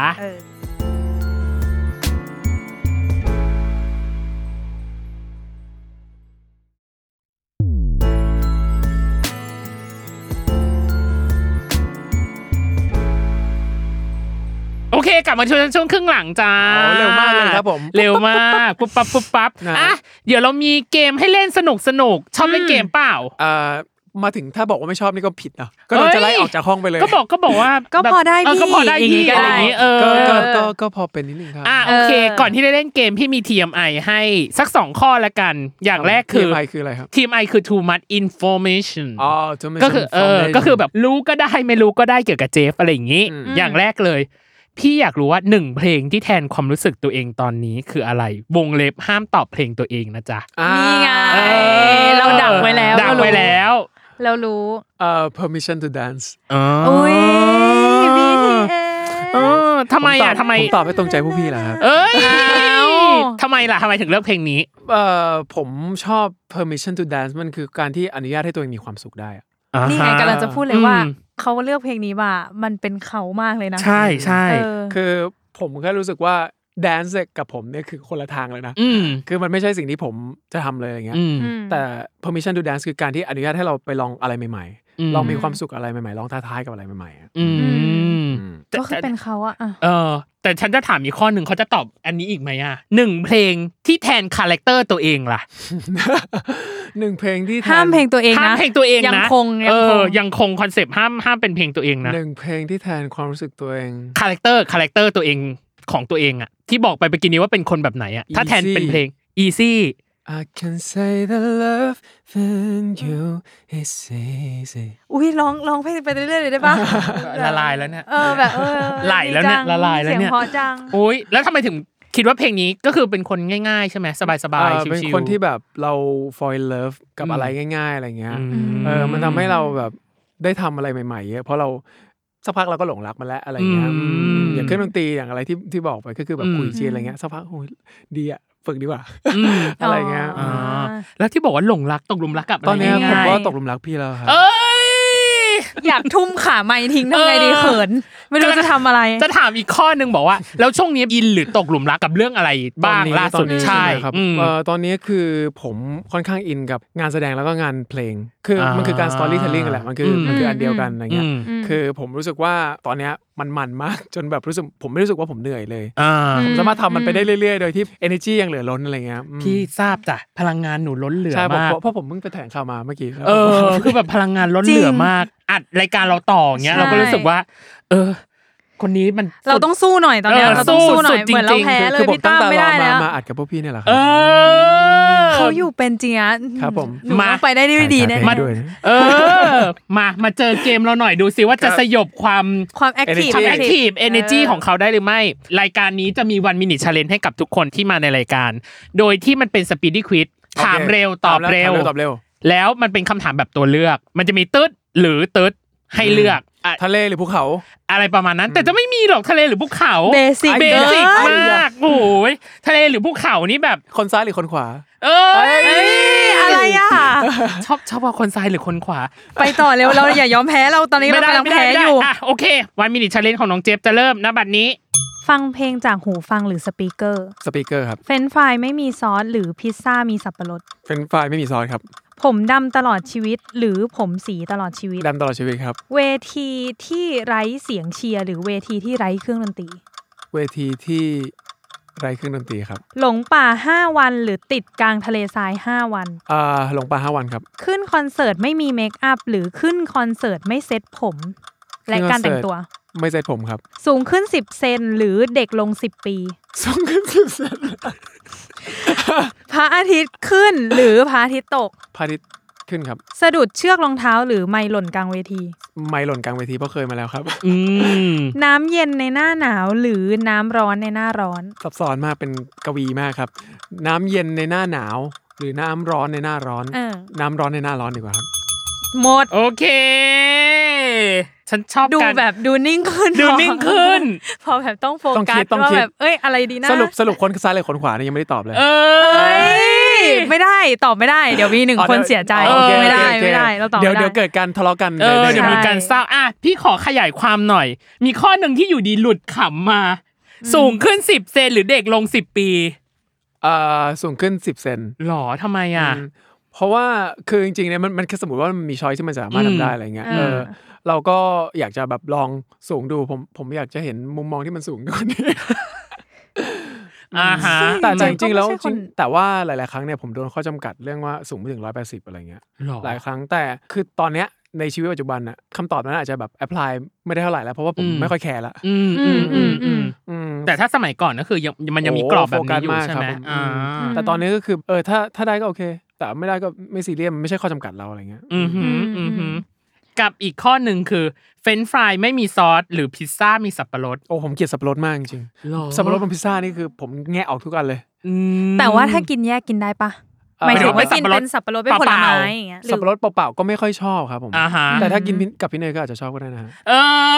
กลับมาช่วงช่วงครึ่งหลังจ้าเร็วมากเลยครับผมเร็วมากปุ๊บปั๊บปุ๊บปั๊บอ่ะเดี๋ยวเรามีเกมให้เล่นสนุกสนุกชอบเล่นเกมเปล่าอ่ามาถึงถ้าบอกว่าไม่ชอบนี่ก็ผิดนะก็โดนจะไล่ออกจากห้องไปเลยก็บอกก็บอกว่าก็พอได้พี่ก็พอได้พี่อะไรอย่างงี้เออก็ก็ก็พอเป็นนิดนึงครับอ่ะโอเคก่อนที่จะเล่นเกมพี่มี ที เอ็ม ไอ ให้สักสองข้อละกันอย่างแรกคือที เอ็ม ไอ คืออะไรครับที เอ็ม ไอ คือ too much information อ๋อก็คือเออก็คือแบบรู้ก็ได้ไม่รู้ก็ได้เกี่ยวกับเจฟอะไรอย่างงี้อย่างแรกเลยพี่อยากรู้ว่าหนึ่งเพลงที่แทนความรู้สึกตัวเองตอนนี้คืออะไรวงเล็บห้ามตอบเพลงตัวเองนะจ๊ะนี่ไงเราดักไว้แล้วดักไว้แล้วเรารู้เอ่อ permission to dance อ๋ออุ้ย บี ที เอสเออทำไมอ่ะทำไมผมตอบไม่ตรงใจพวกพี่ล่ะครับเอ้ยทำไมล่ะทำไมถึงเลือกเพลงนี้เอ่อผมชอบ permission to dance มันคือการที่อนุญาตให้ตัวเองมีความสุขได้นี่ไงกำลังจะพูดเลยว่าเขาเลือกเพลงนี้มามันเป็นเขามากเลยนะใช่ใช่คือผมแค่รู้สึกว่าแดนซ์กับผมเนี่ยคือคนละทางเลยนะคือมันไม่ใช่สิ่งที่ผมจะทำเลยอย่างเงี้ยแต่ permission to dance คือการที่อนุญาตให้เราไปลองอะไรใหม่ๆลองมีความสุขอะไรใหม่ๆลองท้าทายกับอะไรใหม่ๆก็คือเป็นเขาอะเออแต่ฉันจะถามอีกข้อหนึ่งเขาจะตอบอันนี้อีกไหมอะหนึ่งเพลงที่แทนคาแรคเตอร์ตัวเองล่ะหนึ่งเพลงที่ห้ามเพลงตัวเองนะห้ามเพลงตัวเองนะยังคงเออยังคงคอนเซปต์ห้ามห้ามเป็นเพลงตัวเองนะหนึ่งเพลงที่แทนความรู้สึกตัวเองคาแรคเตอร์คาแรคเตอร์ตัวเองของตัวเองอะที่บอกไปเมื่อกี้นี้ว่าเป็นคนแบบไหนอะถ้าแทนเป็นเพลง easy I can say that love in you is easy อุ้ยร้องร้องเพลงไปเรื่อยๆเลยได้ป่ะละลายแล้วเนี่ยเออแบบเออไหลแล้วเนี่ยละลายแล้วเนี่ยเสียงเพราะจังอุ้ยแล้วทำไมถึงคิดว่าเพลงนี้ก็คือเป็นคนง่ายๆใช่ไหมสบายๆชิวๆเป็นคนที่แบบเรา fall in love กับอะไรง่ายๆอะไรเงี้ยเออมันทำให้เราแบบได้ทำอะไรใหม่ๆเยอะเพราะเราสักพักเราก็หลงรักมันแล้วอะไรเงี้ยอย่างเครื่องดนตรีอย่างอะไรที่ที่บอกไปก็คือแบบคุยจีนอะไรเงี้ยสักพักโอ้ยดีอะฝึกดีกว่าอะไรเงี้ยแล้วที่บอกว่าหลงรักตกหลุมรักกับตอนนี้ผมก็ตกหลุมรักพี่แล้วครับอยากทุ่มขาไม้ทิ้งทำไงดีเขินไม่รู้จะทำอะไรจะถามอีกข้อนึงบอกว่าแล้วช่วงนี้อินหรือตกหลุมรักกับเรื่องอะไรบ้างล่าสุดใช่ครับตอนนี้คือผมค่อนข้างอินกับงานแสดงแล้วก็งานเพลงคือมันคือการ storytelling แหละมันคือมันคืออันเดียวกันอะไรเงี้ยคือผมรู้สึกว่าตอนเนี้ยมันมันมากจนแบบรู้สึกผมไม่รู้สึกว่าผมเหนื่อยเลยผมสามารถทำมันไปได้เรื่อยๆโดยที่ energy ยังเหลือล้นอะไรเงี้ยพี่ทราบจ้ะพลังงานหนูล้นเหลือมากเพราะผมเพิ่งไปแถลงข่าวมาเมื่อกี้เออคือแบบพลังงานล้นเหลือมากอัดรายการเราต่อเงี้ยเราก็รู้สึกว่าเออคนนี้มันเราต้องสู้หน่อยตอนนี้เราต้องสู้หน่อยเหมือนเราแพ้เลยพี่ตั้มไม่ได้แล้วมาอัดกับพวกพี่เนี่ยแหละครับเขาอยู่เป็นจริงอ่ะครับผมมาไปได้ดีแน่มาเออมามาเจอเกมเราหน่อยดูซิว่าจะสยบความความแอคทีฟความแอคทีฟเอเนอร์จีของเขาได้หรือไม่รายการนี้จะมีวันมินิชาเลนจ์ให้กับทุกคนที่มาในรายการโดยที่มันเป็นสปีดดี้ควิซถามเร็วตอบเร็วตอบเร็วแล้วมันเป็นคำถามแบบตัวเลือกมันจะมีตึ๊ดหรือตึ๊ดให้เลือกทะเลหรือภูเขาอะไรประมาณนั้นแต่จะไม่มีหรอกทะเลหรือภูเขาเบสิกเบสิกมากโอ้ยทะเลหรือภูเขานี่แบบคนซ้ายหรือคนขวาเอ้ยอะไรอ่ะชอบชอบว่าคนซ้ายหรือคนขวาไปต่อเร็วเราอย่ายอมแพ้เราตอนนี้เรากำลังแพ้อยู่อ่ะโอเควันมินิชาเลนจ์ของน้องเจฟจะเริ่มณบัดนี้ฟังเพลงจากหูฟังหรือสปีกเกอร์สปีกเกอร์ครับเฟรนช์ฟรายไม่มีซอสหรือพิซซ่ามีสับปะรดเฟรนช์ฟรายไม่มีซอสครับผมดำตลอดชีวิตหรือผมสีตลอดชีวิตดำตลอดชีวิตครับเวทีที่ไร้เสียงเชียร์หรือเวทีที่ไร้เครื่องดนตรีเวทีที่ไร้เครื่องดนตรีครับหลงป่าห้าวันหรือติดกลางทะเลทรายห้าวันอ่าหลงป่าห้าวันครับขึ้นคอนเสิร์ตไม่มีเมคอัพหรือขึ้นคอนเสิร์ตไม่เซ็ตผมและการแต่งตัวไม่เซ็ตผมครับสูงขึ้นสิบเซนหรือเด็กลงสิบปีสูงขึ้นสิบเซนพระอาทิตย์ขึ้นหรือพระอาทิตย์ตกพระอาทิตย์ขึ้นครับสะดุดเชือกรองเท้าหรือไมค์หล่นกลางเวทีไมค์หล่นกลางเวทีเพราะเคยมาแล้วครับน้ำเย็นในหน้าหนาวหรือน้ำร้อนในหน้าร้อนซับซ้อนมากเป็นกวีมากครับน้ำเย็นในหน้าหนาวหรือน้ำร้อนในหน้าร้อนน้ำร้อนในหน้าร้อนดีกว่าครับหมดโอเคฉันชอบดูแบบดูนิ่งขึ้นดูนิ่งขึ้นพอแบบต้องโฟกัสว่าแบบเอ้ยอะไรดีนะสรุปสรุปคนซ้ายหรือคนขวานี่ยังไม่ได้ตอบเลยเออไม่ได้ตอบไม่ได้เดี๋ยวมีหนึ่งคนเสียใจไม่ได้ไม่ได้เราตอบเดี๋ยวเดี๋ยวเกิดการทะเลาะกันเออเดี๋ยวมีการเศร้าอ่ะพี่ขอขยายความหน่อยมีข้อหนึ่งที่อยู่ดีหลุดขำมาสูงขึ้นสิบเซนหรือเด็กลงสิบปีอ่าสูงขึ้นสิบเซนหรอทำไมอ่ะผเพราะว่าคือจริงๆเนี่ยมันมันคือสมมุติว่ามันมีช้อยที่มันสามารถทำได้อะไรเงี้ยเออเราก็อยากจะแบบลองสูงดูผมผมอยากจะเห็นมุมมองที่มันสูงกว่านี้อ่าฮะแต่จริงๆแล้วจริงแต่ว่าหลายๆครั้งเนี่ยผมโดนข้อจำกัดเรื่องว่าสูงไม่ถึงหนึ่งร้อยแปดสิบอะไรเงี้ยหลายครั้งแต่คือตอนเนี้ยในชีวิตปัจจุบันน่ะคำตอบนั้นอาจจะแบบแอพพลายไม่ได้เท่าไหร่แล้วเพราะว่าผมไม่ค่อยแคร์ละแต่ถ้าสมัยก่อนก็คือยังมันยังมีกรอบแบบนี้อยู่ใช่ไหมแต่ตอนนี้ก็คือเออถ้าถ้าได้ก็โอเคแต่ไม่ได้ก็ไม่ซีเรียสมันไม่ใช่ข้อจำกัดเราอะไรเงี้ยกับอีกข้อหนึ่งคือเฟรนช์ฟรายไม่มีซอสหรือพิซซ่ามีสับปะรดโอ้ผมเกลียดสับปะรดมากจริงๆสับปะรดบนพิซซ่านี่คือผมแงะออกทุกอันเลยแต่ว่าถ้ากินแยกกินได้ปะหมายถึงว่ากินเป็นสับปะรดเป็นผลไม้อย่างเงี้ยสับปะรดเปล่าๆก็ไม่ค่อยชอบครับผมแต่ถ้ากินกับพี่เนยก็อาจจะชอบก็ได้นะเอ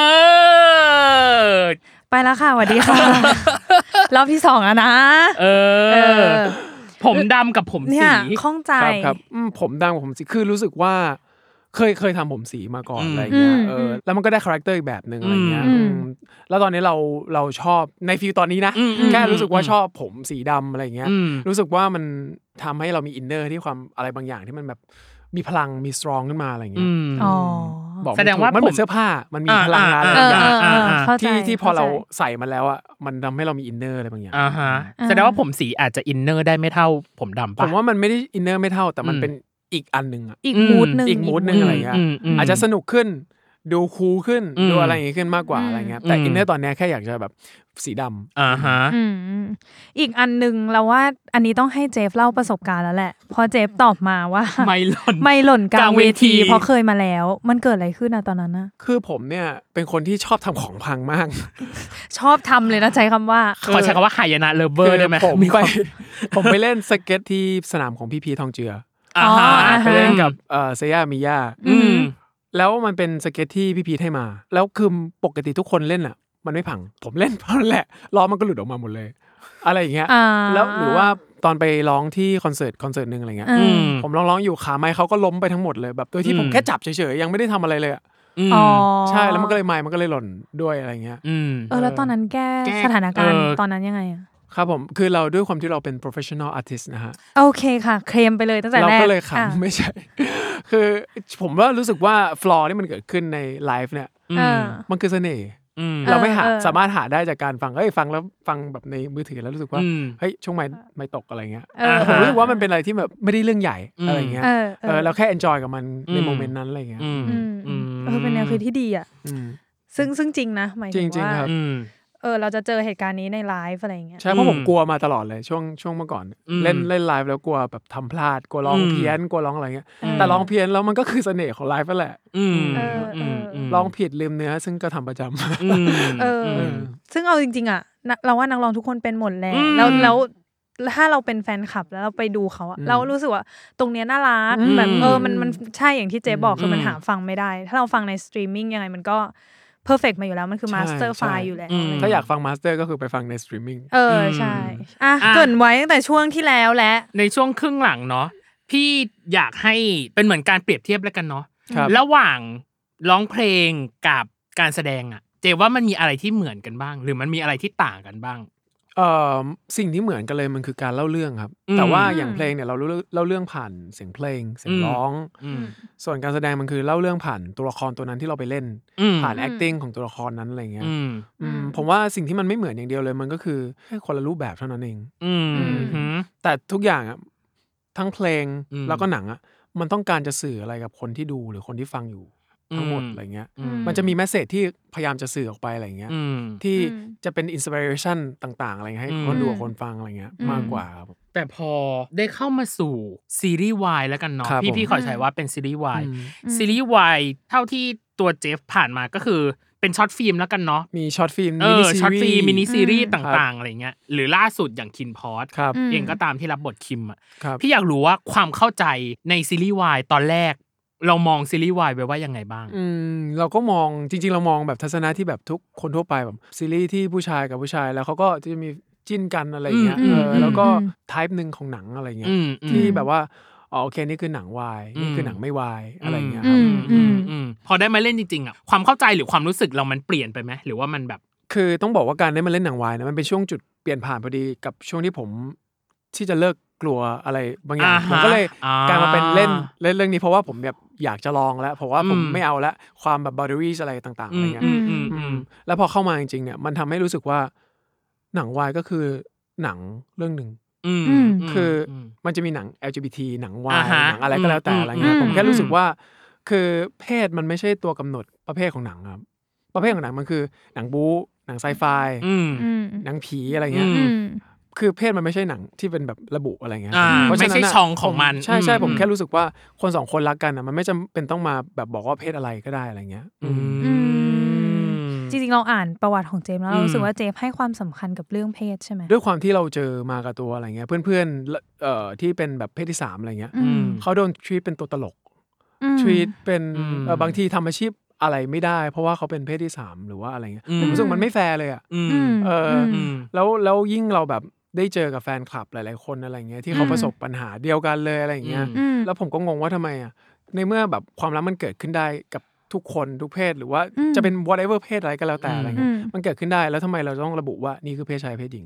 อไปแล้วค่ะสวัสดีค่ะรอบที่สองแล้วนะเออผมดำกับผมสีข้องใจครับผมดำกับผมสีคือรู้สึกว่าเคยเคยทำผมสีมาก่อนอะไรเงี้ยเออแล้วมันก็ได้คาแรคเตอร์อีกแบบนึงอะไรเงี้ยแล้วตอนนี้เราเราชอบในฟีลตอนนี้นะแค่รู้สึกว่าชอบผมสีดำอะไรเงี้ยรู้สึกว่ามันทำให้เรามีอินเนอร์ที่ความอะไรบางอย่างที่มันแบบมีพลังมีสตรองขึ้นมาอะไรเงี้ยบอกแสดงว่ามันเหมือนเสื้อผ้ามันมีพลังอะไรอย่างที่ที่พอเราใส่มันแล้วอ่ะมันทำให้เรามีอินเนอร์อะไรบางอย่างแสดงว่าผมสีอาจจะอินเนอร์ได้ไม่เท่าผมดำป่ะผมว่ามันไม่ได้อินเนอร์ไม่เท่าแต่มันเป็นอีกอันนึงอ่ะอีกมูดนึงอีกมูดนึงอะไรเงี้ยอาจจะสนุกขึ้นดูคูลขึ้นดูอะไรอย่างงี้ขึ้นมากกว่าอะไรเงี้ยแต่อินเนอร์ตอนนี้แค่อยากจะแบบสีดำอ่าฮะอีกอันนึงเราว่าอันนี้ต้องให้เจฟเล่าประสบการณ์แล้วแหละพอเจฟตอบมาว่าไม่หล่นไม่หล่นกลางเวทีเพราะเคยมาแล้วมันเกิดอะไรขึ้นอะตอนนั้นนะคือผมเนี่ยเป็นคนที่ชอบทำของพังมากชอบทำเลยนะใช้คำว่าขอใช้คำว่าหายนะเลเวอร์ได้ไหมผมไปผมไปเล่นสเก็ตที่สนามของพี่พีทองเจือไปเล่นกับเอ่อเซย่ามิย่าแล้วมันเป็นสเก็ตที่พี่พีทให้มาแล้วคือปกติทุกคนเล่นอ่ะมันไม่พังผมเล่นเพราะนั่นแหละล้อมันก็หลุดออกมาหมดเลยอะไรอย่างเงี้ยแล้วหรือว่าตอนไปร้องที่คอนเสิร์ตคอนเสิร์ตนึงอะไรเงี้ยผมร้องๆอยู่ขาไมค์เขาก็ล้มไปทั้งหมดเลยแบบโดยที่ผมแค่จับเฉยๆยังไม่ได้ทำอะไรเลยอ่ะใช่แล้วมันก็เลยไมค์มันก็เลยหล่นด้วยอะไรเงี้ยเออแล้วตอนนั้นแก้สถานการณ์ตอนนั้นยังไงอ่ะครับผมคือเราด้วยความที่เราเป็น professional artist นะฮะโอเคค่ะเคลมไปเลยตั้งแต่แรกเราก็เลยขำไม่ใช่คือผมว่ารู้สึกว่าฟลอร์ที่มันเกิดขึ้นในไลฟ์เนี่ยมันคือเสน่ห์เราไม่หาสามารถหาได้จากการฟังเอ้ยฟังแล้วฟังแบบในมือถือแล้วรู้สึกว่าเฮ้ยช่วงไม่ไม่ตกอะไรเงี้ยผมรู้สึกว่ามันเป็นอะไรที่แบบไม่ได้เรื่องใหญ่อะไรเงี้ยเออเราแค่ enjoy กับมันในโมเมนต์นั้นอะไรเงี้ยเออเป็นแนวคิดที่ดีอ่ะซึ่งซึ่งจริงนะหมายถึงว่าเออเราจะเจอเหตุการณ์นี้ในไลฟ์อะไรอย่างเงี้ยใช่เพราะผมกลัวมาตลอดเลยช่วงช่วงเมื่อก่อนเล่นเล่นไลฟ์แล้วกลัวแบบทำพลาดกลัวร้องเพี้ยนกลัวร้องอะไรเงี้ยแต่ร้องเพี้ยนแล้วมันก็คือเสน่ห์ของไลฟ์นั่นแหละร้องผิดลืมเนื้อซึ่งก็ทำประจำเออซึ่งเอาจริงๆอ่ะเราว่านักร้องทุกคนเป็นหมดแหละแล้วแล้วถ้าเราเป็นแฟนคลับแล้วเราไปดูเขาอะเรารู้สึกว่าตรงเนี้ยน่ารักแบบเออมันมันใช่อย่างที่เจ๊บอกคือมันหาฟังไม่ได้ถ้าเราฟังในสตรีมมิ่งยังไงมันก็perfect มาอยู่แล้วมันคือ master file อยู่แล้วถ้าอยากฟัง master ก็คือไปฟังใน streaming เออใช่อ่ะเกริ่นไว้ตั้งแต่ช่วงที่แล้วและในช่วงครึ่งหลังเนาะพี่อยากให้เป็นเหมือนการเปรียบเทียบแล้วกันเนาะระหว่างร้องเพลงกับการแสดงอ่ะเจว่ามันมีอะไรที่เหมือนกันบ้างหรือมันมีอะไรที่ต่างกันบ้างเอ่อสิ่งที่เหมือนกันเลยมันคือการเล่าเรื่องครับแต่ว่าอย่างเพลงเนี่ยเราเล่าเรื่องผ่านเสียงเพลงเสียงร้องส่วนการแสดงมันคือเล่าเรื่องผ่านตัวละครตัวนั้นที่เราไปเล่นผ่าน acting ของตัวละครนั้นอะไรเงี้ยผมว่าสิ่งที่มันไม่เหมือนอย่างเดียวเลยมันก็คือแค่คนละรูปแบบเท่านั้นเองแต่ทุกอย่างอ่ะทั้งเพลงแล้วก็หนังอ่ะมันต้องการจะสื่ออะไรกับคนที่ดูหรือคนที่ฟังอยู่ทั้งหมดอะไรเงี้ยมันจะมีแมสเสจที่พยายามจะสื่อออกไปอะไรเงี้ยที่จะเป็นอินสปิเรชันต่างๆอะไรให้คนดูคนฟังอะไรเงี้ยมากกว่าครับแต่พอได้เข้ามาสู่ซีรีส์วายแล้วกันเนาะพี่พี่ขอใช้ว่าเป็นซีรีส์วายซีรีส์วายเท่าที่ตัวเจฟผ่านมาก็คือเป็นช็อตฟิล์มแล้วกันเนาะมีช็อตฟิล์มมินิช็อตฟิล์มมินิซีรีส์ต่างๆอะไรเงี้ยหรือล่าสุดอย่างคินพอสเองก็ตามที่รับบทคิมอ่ะพี่อยากรู้ว่าความเข้าใจในซีรีส์วายตอนแรกเรามองซีรีส์วายไปว่ายังไงบ้างอืมเราก็มองจริงๆเรามองแบบทัศนะที่แบบทุกคนทั่วไปแบบซีรีส์ที่ผู้ชายกับผู้ชายแล้วเขาก็จะมีจิ้นกันอะไรเงี้ยเออแล้วก็ไทป์นึงของหนังอะไรเงี้ยที่แบบว่าอ๋อโอเคนี่คือหนังวายนี่คือหนังไม่วายอะไรเงี้ยครับพอได้มาเล่นจริงๆอ่ะความเข้าใจหรือความรู้สึกเรามันเปลี่ยนไปไหมหรือว่ามันแบบคือต้องบอกว่าการได้มาเล่นหนังวายนะมันเป็นช่วงจุดเปลี่ยนผ่านพอดีกับช่วงที่ผมที่จะเลิกกลัวอะไรบางอย่างผมก็เลยกลายมาเป็นเล่นเล่นเรื่องนี้เพราะว่าผมแบบอยากจะลองแล้วเพราะว่าผมไม่เอาละความแบบ boundaries อะไรต่างๆอะไรเงี้ยแล้วพอเข้ามาจริงๆเนี่ยมันทำให้รู้สึกว่าหนังวายก็คือหนังเรื่องนึงคือมันจะมีหนัง แอล จี บี ที หนังวายหนังอะไรก็แล้วแต่อะไรเงี้ยผมแค่รู้สึกว่าคือเพศมันไม่ใช่ตัวกำหนดประเภทของหนังครับประเภทของหนังมันคือหนังบู๊หนังไซไฟหนังผีอะไรเงี้ยคือเพศมันไม่ใช่หนังที่เป็นแบบระบุอะไรเงี้ยเพราะฉะนั้นไม่ใช่ช่องของมันใช่ๆผมแค่รู้สึกว่าคนสองคนรักกันอ่ะมันไม่จำเป็นต้องมาแบบบอกว่าเพศอะไรก็ได้อะไรเงี้ยจริงๆเราอ่านประวัติของเจมส์แล้วเรารู้สึกว่าเจมส์ให้ความสำคัญกับเรื่องเพศใช่ไหมด้วยความที่เราเจอมากับตัวอะไรเงี้ยเพื่อนๆเอ่อที่เป็นแบบเพศที่สามอะไรเงี้ยเขาโดนทรีตเป็นตัวตลกทรีตเป็นบางทีทำอาชีพอะไรไม่ได้เพราะว่าเขาเป็นเพศที่สามหรือว่าอะไรเงี้ยผมรู้สึกมันไม่แฟร์เลยอ่ะเออแล้วแล้วยิ่งเราแบบได้เจอกับแฟนคลับหลายๆคนอะไรเงี้ยที่เขาประสบปัญหาเดียวกันเลยอะไรเงี้ยแล้วผมก็งงว่าทำไมอ่ะในเมื่อแบบความรักมันเกิดขึ้นได้กับทุกคนทุกเพศหรือว่าจะเป็น whatever เพศอะไรก็แล้วแต่อะไรเงี้ยมันเกิดขึ้นได้แล้วทำไมเราต้องระบุว่านี่คือเพศชายเพศหญิง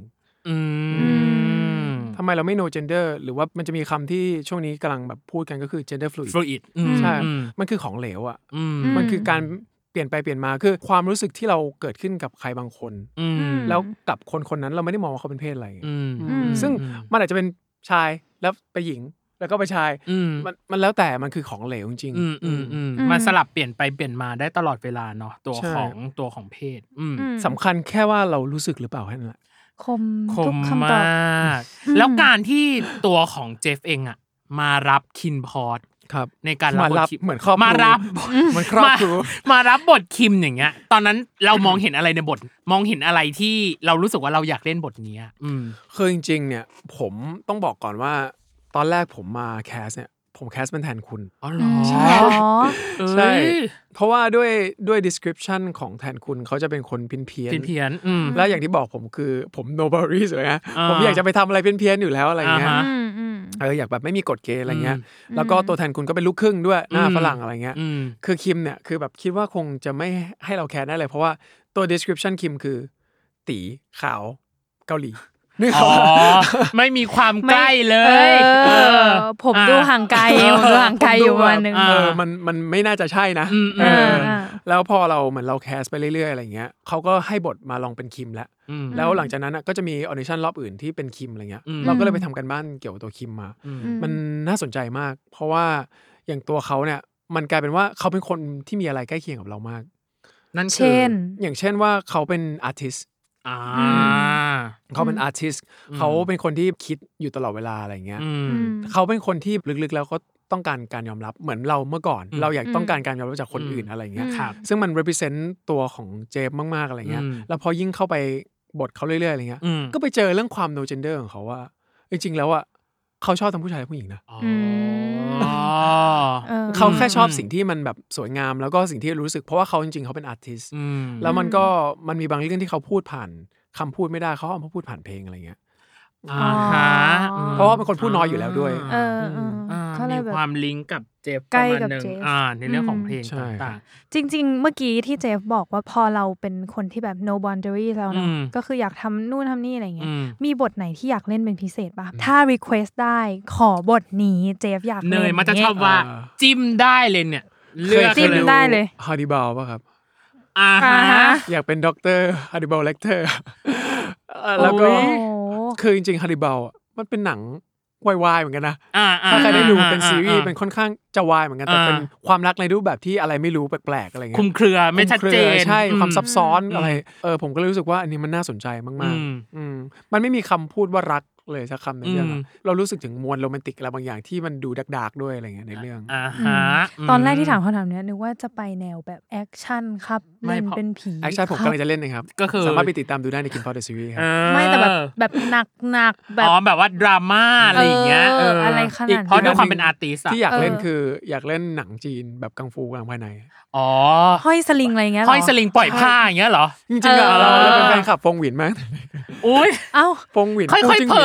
ทำไมเราไม่ no gender หรือว่ามันจะมีคำที่ช่วงนี้กำลังแบบพูดกันก็คือ gender fluid fluid ใช่มันคือของเหลวอ่ะมันคือการเปลี่ยนไปเปลี่ยนมาคือความรู้สึกที่เราเกิดขึ้นกับใครบางคนแล้วกับคนคนนั้นเราไม่ได้มองว่าเขาเป็นเพศอะไรซึ่งมันอาจจะเป็นชายแล้วไปหญิงแล้วก็ไปชายมันมันแล้วแต่มันคือของเหลวจริงๆมันสลับเปลี่ยนไปเปลี่ยนมาได้ตลอดเวลาเนาะตัวของตัวของเพศสำคัญแค่ว่าเรารู้สึกหรือเปล่าแค่นั้นแหละคมคมมากแล้วการที่ตัวของเจฟเองอะมารับคินพอร์ตในการรับบทเหมือนครอบมารับเหมือนครอบครัวมารับบทคิมอย่างเงี้ยตอนนั้นเรามองเห็นอะไรในบทมองเห็นอะไรที่เรารู้สึกว่าเราอยากเล่นบทนี้อืมคือจริงๆเนี่ยผมต้องบอกก่อนว่าตอนแรกผมมาแคสเนี่ยผมแคสเป็นแทนคุณอ๋อเหรอใช่ใช่เพราะว่าด้วยด้วย description ของแทนคุณเขาจะเป็นคนเพี้ยนเพี้ยนเพี้ยนแล้วอย่างที่บอกผมคือผม no boundaries เลยนะผมอยากจะไปทำอะไรเพี้ยนเพี้ยนอยู่แล้วอะไรเงี้ยเอออยากแบบไม่มีกฎเกณฑ์อะไรเงี้ยแล้วก็ตัวแทนคุณก็เป็นลูกครึ่งด้วยหน้าฝรั่งอะไรเงี้ยคือคิมเนี่ยคือแบบคิดว่าคงจะไม่ให้เราแคสได้เลยเพราะว่าตัว description คิมคือตีขาวเกาหลีอ๋อไม่มีความใกล้เลยผมดูห่างไกลผมดูห่างไกลอยู่วันนึงเออมันมันไม่น่าจะใช่นะแล้วพอเราเหมือนเราแคสไปเรื่อยๆอะไรเงี้ยเขาก็ให้บทมาลองเป็นคิมแล้วแล้วหลังจากนั้นก็จะมีออดิชั่นรอบอื่นที่เป็นคิมอะไรเงี้ยเราก็เลยไปทำกันบ้านเกี่ยวกับตัวคิมมามันน่าสนใจมากเพราะว่าอย่างตัวเขาเนี่ยมันกลายเป็นว่าเขาเป็นคนที่มีอะไรใกล้เคียงกับเรามากนั่นเช่นอย่างเช่นว่าเขาเป็นอาร์ติสต์เขาเป็นอาร์ติสต์เขาเป็นคนที่คิดอยู่ตลอดเวลาอะไรเงี้ยเขาเป็นคนที่ลึกๆแล้วก็ต้องการการยอมรับเหมือนเราเมื่อก่อนเราอยากต้องการการยอมรับจากคนอื่นอะไรเงี้ยซึ่งมัน represent ตัวของเจฟมากๆอะไรเงี้ยแล้วพอยิ่งเข้าไปบทเขาเรื่อยๆอะไรเงี้ยก็ไปเจอเรื่องความ no gender ของเขาว่าจริงๆแล้วอ่ะเขาชอบทั้งผู้ชายและผู้หญิงนะเขาแค่ชอบสิ่งที่มันแบบสวยงามแล้วก็สิ่งที่รู้สึกเพราะว่าเขาจริงๆเขาเป็นอาร์ติสต์แล้วมันก็มันมีบางเรื่องที่เขาพูดผ่านคำพูดไม่ได้เขาเอามาพูดผ่านเพลงอะไรเงี้ยเพราะว่าเป็นคนพูดน้อยอยู่แล้วด้วยมีความลิงก์กับเจฟประมาณนึงในเรื่องของเพลงต่างๆจริงๆเมื่อกี้ที่เจฟบอกว่าพอเราเป็นคนที่แบบ no boundary แล้วเนาะก็คืออยากทำนู่นทำนี่อะไรเงี้ยมีบทไหนที่อยากเล่นเป็นพิเศษป่ะถ้า request ได้ขอบทนี้เจฟอยากเล่นเนยมันจะชอบว่าจิ้มได้เลยเนี่ยเลือกจิ้มได้เลยฮาร์ดิบัลป่ะครับอ่าฮะอยากเป็นด็อกเตอร์ฮาร์ดิบัลเลคเตอร์แล้วก็คือจริงๆฮาร์ดิบัลมันเป็นหนังวายๆเหมือนกันนะถ้าใครได้ดูเป็นซีรีส์เป็นค่อนข้างจะวายเหมือนกันแต่เป็นความรักในรูปแบบที่อะไรไม่รู้แปลกๆอะไรเงี้ยคุมเครือไม่ชัดเจนใช่ความซับซ้อนอะไรเออผมก็เลยรู้สึกว่าอันนี้มันน่าสนใจมากๆมันไม่มีคำพูดว่ารักเลยสักคำในเรื่องเรารู้สึกถึงมวลโรแมนติกอะไรบางอย่างที่มันดูดาร์กๆด้วยอะไรเงี้ยในเรื่องตอนแรกที่ถามคำถามนี้นึกว่าจะไปแนวแบบแอคชั่นครับเล่นเป็นผีแอคชั่นผมกำลังจะเล่นนะครับก็คือสามารถไปติดตามดูได้ในคินพอดเดอะซีรีส์ครับไม่แต่แบบแบบหนักๆแบบอ๋อแบบว่าดราม่าอะไรอย่างเงี้ยอะไรขนาดนั้นเพราะด้วยความเป็นอาร์ติสต์ที่อยากเล่นคืออยากเล่นหนังจีนแบบกังฟูกลางภายในอ๋อห้อยสลิงอะไรเงี้ยห้อยสลิงปล่อยผ้าอย่างเงี้ยเหรอจริงๆเราเป็นแฟนคลับฟงหวินมากอุ้ยเอ้าฟงหวินค่อยๆเผย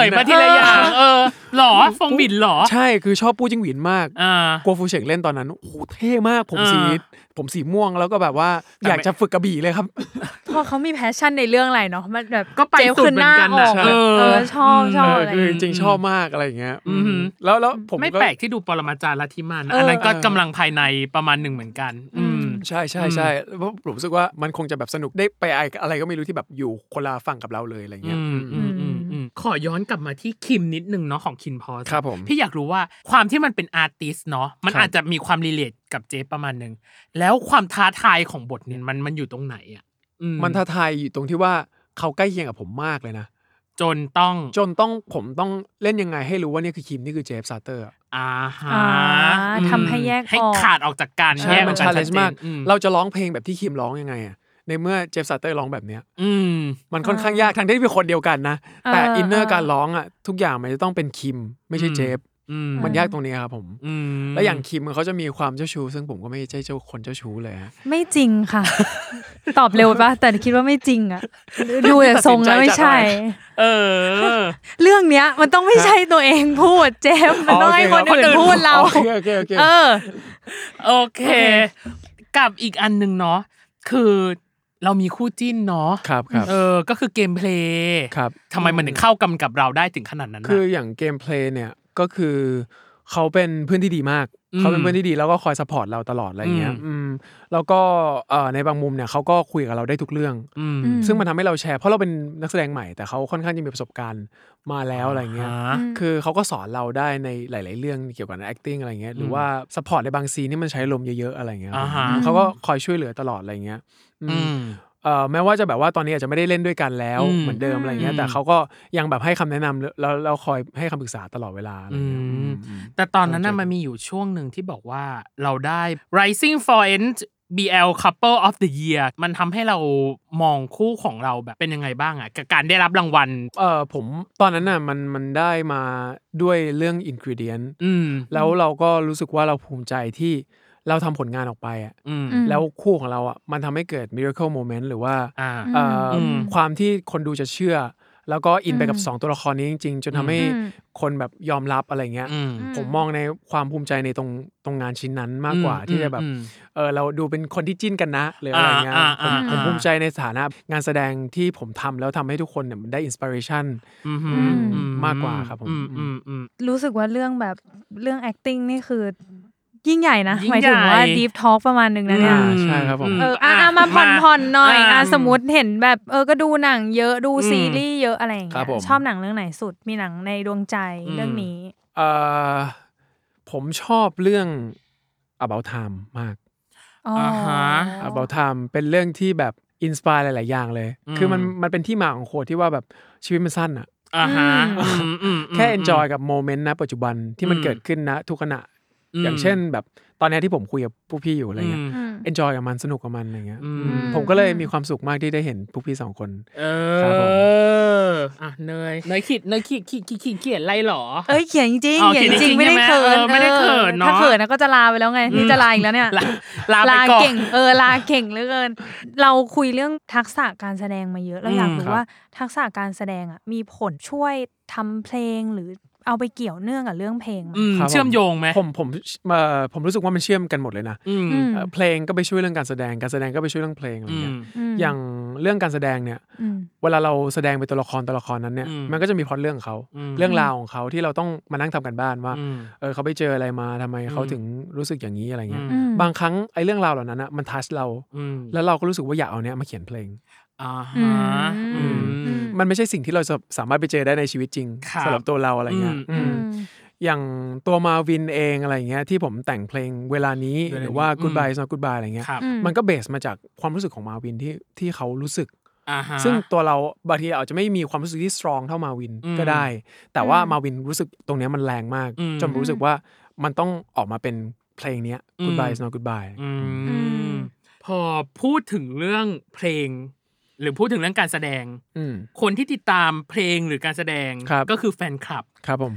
มาทีละอย่างเออหรอฟงบินหรอใช่คือชอบปู้จิงหวินมากกลัวฟูเฉกเล่นตอนนั้นโอ้โหเท่มากผมสีผมสีม่วงแล้วก็แบบว่าอยากจะฝึกกระบี่เลยครับพอเขามีแพชชั่นในเรื่องอะไรเนาะมันแบบก็ไปสุดเหมือนกันนะเออชอบชอบอะไรคือจริงๆชอบมากอะไรอย่างเงี้ยแล้วแล้วผมไม่แปลกที่ดูปรมาจารย์ลัทธิมานอันนั้นก็กำลังภายในประมาณหนึ่งเหมือนกันใช่ใช่ใช่เพราะผมรู้สึกว่ามันคงจะแบบสนุกได้ไปอะไรก็ไม่รู้ที่แบบอยู่คนละฝั่งกับเราเลยอะไรเงี้ยขอย้อนกลับมาที่คิมนิดนึงเนาะของคินพอสครับผมพี่อยากรู้ว่าความที่มันเป็นอาร์ติสต์เนาะมันอาจจะมีความรีเลทกับเจฟประมาณนึงแล้วความท้าทายของบทเนี่ยมันมันอยู่ตรงไหนอ่ะมันท้าทายอยู่ตรงที่ว่าเขาใกล้เคียงกับผมมากเลยนะจนต้องจนต้องผมต้องเล่นยังไงให้รู้ว่านี่คือคิมนี่คือเจฟซาเตอร์อ่าฮะทำให้แยกออกให้ขาดออกจากกันแยกมันชาเลนจ์มากเราจะร้องเพลงแบบที่คิมร้องยังไงอ่ะในเมื่อเจฟซาเตอร์ร้องแบบเนี้ยมันค่อนข้างยากทั้งที่เป็นคนเดียวกันนะแต่อินเนอร์การร้องอ่ะทุกอย่างมันจะต้องเป็นคิมไม่ใช่เจฟมันยากตรงนี้ครับผมแล้วอย่างคิมเขาจะมีความเจ้าชู้ซึ่งผมก็ไม่ใช่เจ้าคนเจ้าชู้เลยฮะไม่จริงค่ะตอบเร็วป่ะแต่คิดว่าไม่จริงอ่ะดูจากทรงแล้วไม่ใช่เออเรื่องเนี้ยมันต้องไม่ใช่ตัวเองพูดเจฟมันต้องให้คนอื่นพูดเราเออโอเคกับอีกอันนึงเนาะคือเรามีคู่จิ้นเนาะครับครับเออก็คือเกมเพลย์ครับทำไมมันถึงเข้ากันกับเราได้ถึงขนาดนั้นคืออย่างเกมเพลย์เนี่ยก็คือเขาเป็นเพื่อนที่ดีมากเขาเป็นเพื่อนที่ดีแล้วก็คอยซัพพอร์ตเราตลอดอะไรเงี้ยอืมแล้วก็เอ่อในบางมุมเนี่ยเขาก็คุยกับเราได้ทุกเรื่องซึ่งมันทำให้เราแชร์เพราะเราเป็นนักแสดงใหม่แต่เขาค่อนข้างจะมีประสบการณ์มาแล้วอะไรเงี้ยคือเขาก็สอนเราได้ในหลายๆเรื่องเกี่ยวกับ acting อะไรเงี้ยหรือว่าซัพพอร์ตในบางซีนที่มันใช้ลมเยอะๆอะไรเงี้ยเขาก็คอยช่วยเหลือตลอดอะไรเงี้ยเอ่อแม้ว่าจะแบบว่าตอนนี้อาจจะไม่ได้เล่นด้วยกันแล้วเหมือนเดิมอะไรเงี้ยแต่เขาก็ยังแบบให้คำแนะนำแล้วเราคอยให้คำปรึกษาตลอดเวลาอะไรเงี้ยแต่ตอนนั้นน่ะมันมีอยู่ช่วงหนึ่งที่บอกว่าเราได้ Rising Friend บี แอล Couple of the Year มันทำให้เรามองคู่ของเราแบบเป็นยังไงบ้างอ่ะกับการได้รับรางวัลเออผมตอนนั้นน่ะมันมันได้มาด้วยเรื่อง ingredient แล้วเราก็รู้สึกว่าเราภูมิใจที่เราทำผลงานออกไปอ่ะแล้วคู่ของเราอ่ะมันทำให้เกิด miracle moment หรือว่าความที่คนดูจะเชื่อแล้วก็อินไปกับสองตัวละครนี้จริงๆจนทำให้คนแบบยอมรับอะไรเงี้ยผมมองในความภูมิใจในตรงตรงงานชิ้นนั้นมากกว่าที่จะแบบเออเราดูเป็นคนที่จิ้นกันนะหรืออะไรเงี้ยผมผมภูมิใจในฐานะงานแสดงที่ผมทำแล้วทำให้ทุกคนเนี่ยได้อินสปิเรชันมากกว่าครับผมรู้สึกว่าเรื่องแบบเรื่อง acting นี่คือยิ่งใหญ่นะหมายถึงว่า deep talk ประมาณนึงนะเนี่ยใช่ครับผมเอออ่ะมาผ่อนๆหน่อยอ่ะสมมุติเห็นแบบเออก็ดูหนังเยอะดูซีรีส์เยอะอะไรอย่างเงี้ยชอบหนังเรื่องไหนสุดมีหนังในดวงใจเรื่องนี้เอ่อผมชอบเรื่อง About Time มากอ๋อ About Time เป็นเรื่องที่แบบอินสไปร์หลายๆอย่างเลยคือมันมันเป็นที่มาของโค้ดที่ว่าแบบชีวิตมันสั้นอ่ะแค่ enjoy กับโมเมนต์ณปัจจุบันที่มันเกิดขึ้นณทุกขณะอย่างเช่นแบบตอนนี้ที่ผมคุยกับพวกพี่อยู่อะไรเงี้ย enjoy กับมันสนุกกับมันอะไรเงี้ยผมก็เลยมีความสุขมากที่ได้เห็นพวกพี่สองคนครับผมอ่ะเนยเนยขีดเนยขีดขีดขีดขีดเขียนอะไรหรอเอ้ยเขียนจริงเขียนจริงไม่ได้เขินไม่ได้เขินเนาะถ้าเขินนะก็จะลาไปแล้วไงนี่จะลาอีกแล้วเนี่ยลาเก่งเออลาเก่งเหลือเกินเราคุยเรื่องทักษะการแสดงมาเยอะแล้วอยากรู้ว่าทักษะการแสดงอ่ะมีผลช่วยทำเพลงหรือเอาไปเกี่ยวเนื่องกับเรื่องเพลงเชื่อมโยงไหมผมผมผมรู้สึกว่ามันเชื่อมกันหมดเลยนะเพลงก็ไปช่วยเรื่องการแสดงการแสดงก็ไปช่วยเรื่องเพลงอะไรเงี้ยอย่างเรื่องการแสดงเนี่ยเวลาเราแสดงเป็นตัวละครตัวละครนั้นเนี่ยมันก็จะมีพล็อตเรื่องเขาเรื่องราวของเขาที่เราต้องมานั่งทำกันบ้านว่าเออเขาไปเจออะไรมาทำไมเขาถึงรู้สึกอย่างนี้อะไรเงี้ยบางครั้งไอ้เรื่องราวเหล่านั้นนะมันทัชเราแล้วเราก็รู้สึกว่าอยากเอาเนี้ยมาเขียนเพลงอ่ามันไม่ใช่สิ่งที่เราสามารถไปเจอได้ในชีวิตจริงสำหรับตัวเราอะไรเงี้ยอย่างตัวมาวินเองอะไรเงี้ยที่ผมแต่งเพลงเวลานี้หรือว่า Goodbye Not Goodbye อะไรเงี้ยมันก็เบสมาจากความรู้สึกของมาวินที่ที่เขารู้สึกซึ่งตัวเราบางทีอาจจะไม่มีความรู้สึกที่ strong เท่ามาวินก็ได้แต่ว่ามาวินรู้สึกตรงนี้มันแรงมากจนรู้สึกว่ามันต้องออกมาเป็นเพลงนี้ Goodbye Not Goodbye พอพูดถึงเรื่องเพลงหรือพูดถึงเรื่องการแสดงคนที่ติดตามเพลงหรือการแสดงก็คือแฟนคลับครับผม